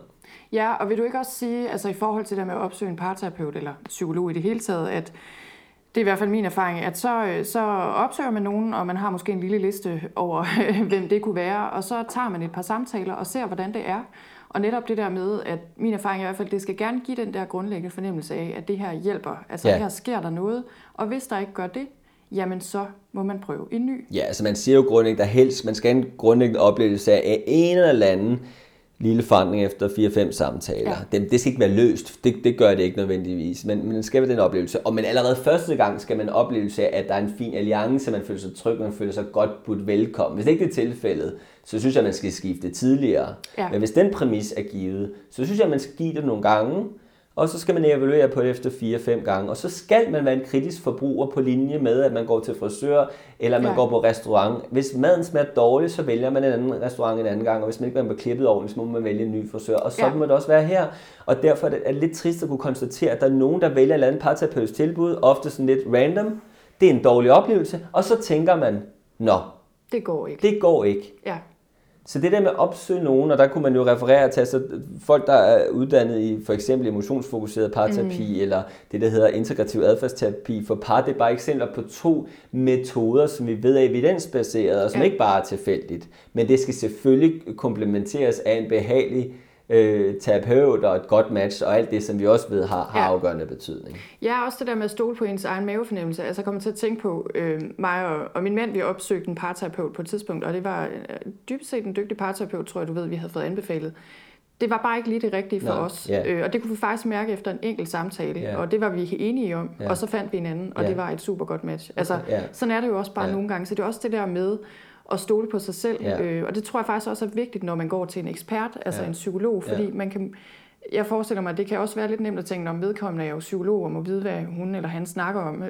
Ja, og vil du ikke også sige, altså i forhold til det med at opsøge en parterapeut eller psykolog i det hele taget, at det er i hvert fald min erfaring, at så, så opsøger man nogen, og man har måske en lille liste over, hvem det kunne være, og så tager man et par samtaler og ser, hvordan det er. Og netop det der med, at min erfaring er i hvert fald, det skal gerne give den der grundlæggende fornemmelse af, at det her hjælper. Altså ja. her sker der noget, og hvis der ikke gør det, jamen så må man prøve en ny. Ja, altså man siger jo grundlæggende, der helst, man skal have en grundlæggende oplevelse af en eller anden lille forandring efter fire fem samtaler. Ja. Det, det skal ikke være løst. Det, det gør det ikke nødvendigvis. Men, men det skal være den oplevelse. Og men allerede første gang skal man oplevelse af, at der er en fin alliance, man føler sig tryg, man føler sig godt budt velkommen. Hvis det ikke er tilfældet, så synes jeg, at man skal skifte tidligere. Ja. Men hvis den præmis er givet, så synes jeg, at man skal give det nogle gange, og så skal man evaluere på det efter fire fem gange. Og så skal man være en kritisk forbruger på linje med, at man går til frisør, eller man ja. går på restaurant. Hvis maden smager dårligt, så vælger man en anden restaurant en anden gang, og hvis man ikke bliver klippet ordentligt, så må man vælge en ny frisør. Og sådan ja. må det også være her. Og derfor er det lidt trist at kunne konstatere, at der er nogen, der vælger et eller andet parterapeutisk tilbud, ofte sådan lidt random. Det er en dårlig oplevelse, og så tænker man, nå, det går ikke. Det går ikke. Ja. Så det der med at opsøge nogen, og der kunne man jo referere til altså folk, der er uddannet i for eksempel emotionsfokuseret parterapi, mm. eller det, der hedder integrativ adfærdsterapi for par, det er bare eksempler på to metoder, som vi ved er evidensbaserede, og som ja. ikke bare er tilfældigt. Men det skal selvfølgelig komplementeres af en behagelig øh, terapeut og et godt match, og alt det, som vi også ved har, har ja. afgørende betydning. Ja, også det der med at stole på ens egen mavefornemmelse. Altså jeg kommer til at tænke på, øh, mig og, og min mand, vi opsøgte en parterapeut på et tidspunkt, og det var øh, dybest set en dygtig parterapeut, tror jeg, du ved, vi havde fået anbefalet. Det var bare ikke lige det rigtige for Nå, os, yeah. øh, og det kunne vi faktisk mærke efter en enkelt samtale, yeah. og det var vi enige om, yeah. og så fandt vi hinanden, og yeah. det var et super godt match. Altså, yeah. sådan er det jo også bare yeah. nogle gange, så det er også det der med at stole på sig selv, yeah. øh, og det tror jeg faktisk også er vigtigt, når man går til en ekspert, altså yeah. en psykolog, fordi yeah. man kan, jeg forestiller mig, at det kan også være lidt nemt at tænke, om vedkommende er jo psykolog og må vide, hvad hun eller han snakker om,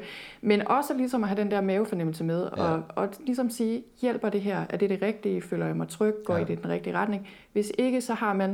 men også ligesom at have den der mavefornemmelse med, yeah. og, og ligesom sige, hjælper det her, er det det rigtige, føler jeg mig tryg, går yeah. i det den rigtige retning, hvis ikke, så har man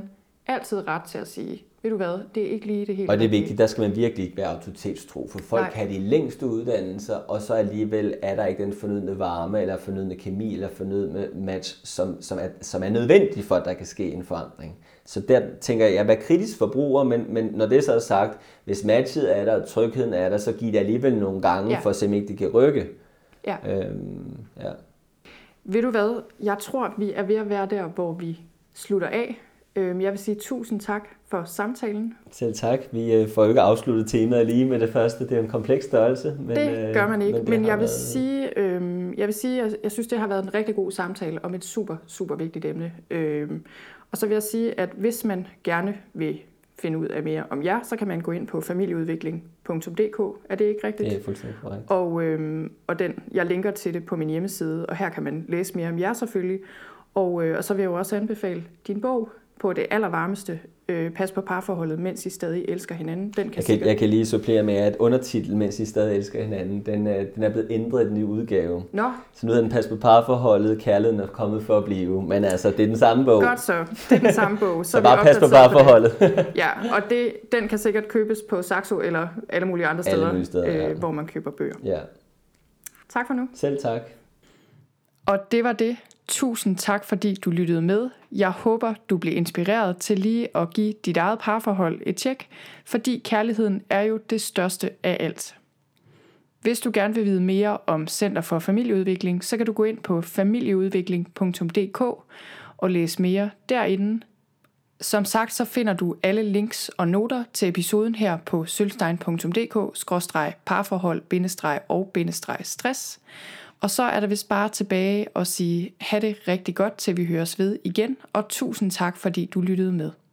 altid ret til at sige, ved du hvad, det er ikke lige det hele. Og det er vigtigt, der skal man virkelig ikke være autoritetstro, for folk Nej. har de længste uddannelser, og så alligevel er der ikke den fornødne varme, eller fornødne kemi, eller fornødne match, som, som, er, som er nødvendig for, at der kan ske en forandring. Så der tænker jeg, at være kritisk forbruger, men, men når det så er sagt, hvis matchet er der, og trygheden er der, så giv det alligevel nogle gange, ja. For at se, om ikke det kan rykke. Ja. Øhm, ja. Ved du hvad, jeg tror, vi er ved at være der, hvor vi slutter af. Jeg vil sige tusind tak for samtalen. Selv tak. Vi får jo ikke afsluttet temaet lige med det første. Det er en kompleks størrelse. Men, det gør man ikke, men, men jeg, vil været... sige, øh, jeg vil sige, at jeg synes, det har været en rigtig god samtale om et super, super vigtigt emne. Øh, og så vil jeg sige, at hvis man gerne vil finde ud af mere om jer, så kan man gå ind på familieudvikling punktum d k. Er det ikke rigtigt? Det er fuldstændig korrekt. Og, øh, og den, jeg linker til det på min hjemmeside, og her kan man læse mere om jer selvfølgelig. Og, øh, og så vil jeg jo også anbefale din bog, på det allervarmeste, øh, pas på parforholdet, mens I stadig elsker hinanden. Den kan jeg, kan, sikkert... jeg kan lige supplere med, at undertitlen, mens I stadig elsker hinanden, den er, den er blevet ændret i den nye udgave. Nå. Så nu er den pas på parforholdet, kærligheden er kommet for at blive. Men altså, det er den samme bog. Godt så, det er den samme bog. Så, så bare pas på parforholdet. Ja, og det, den kan sikkert købes på Saxo eller alle mulige andre steder, alle mulige steder ja. øh, hvor man køber bøger. Ja. Tak for nu. Selv tak. Og det var det. Tusind tak, fordi du lyttede med. Jeg håber, du blev inspireret til lige at give dit eget parforhold et tjek, fordi kærligheden er jo det største af alt. Hvis du gerne vil vide mere om Center for Familieudvikling, så kan du gå ind på familieudvikling punktum d k og læse mere derinde. Som sagt, så finder du alle links og noter til episoden her på sølvstein punktum d k skråstreg parforhold bindestreg og bindestreg stress. Og så er der vist bare tilbage at sige, ha' det rigtig godt, til vi høres ved igen, og tusind tak, fordi du lyttede med.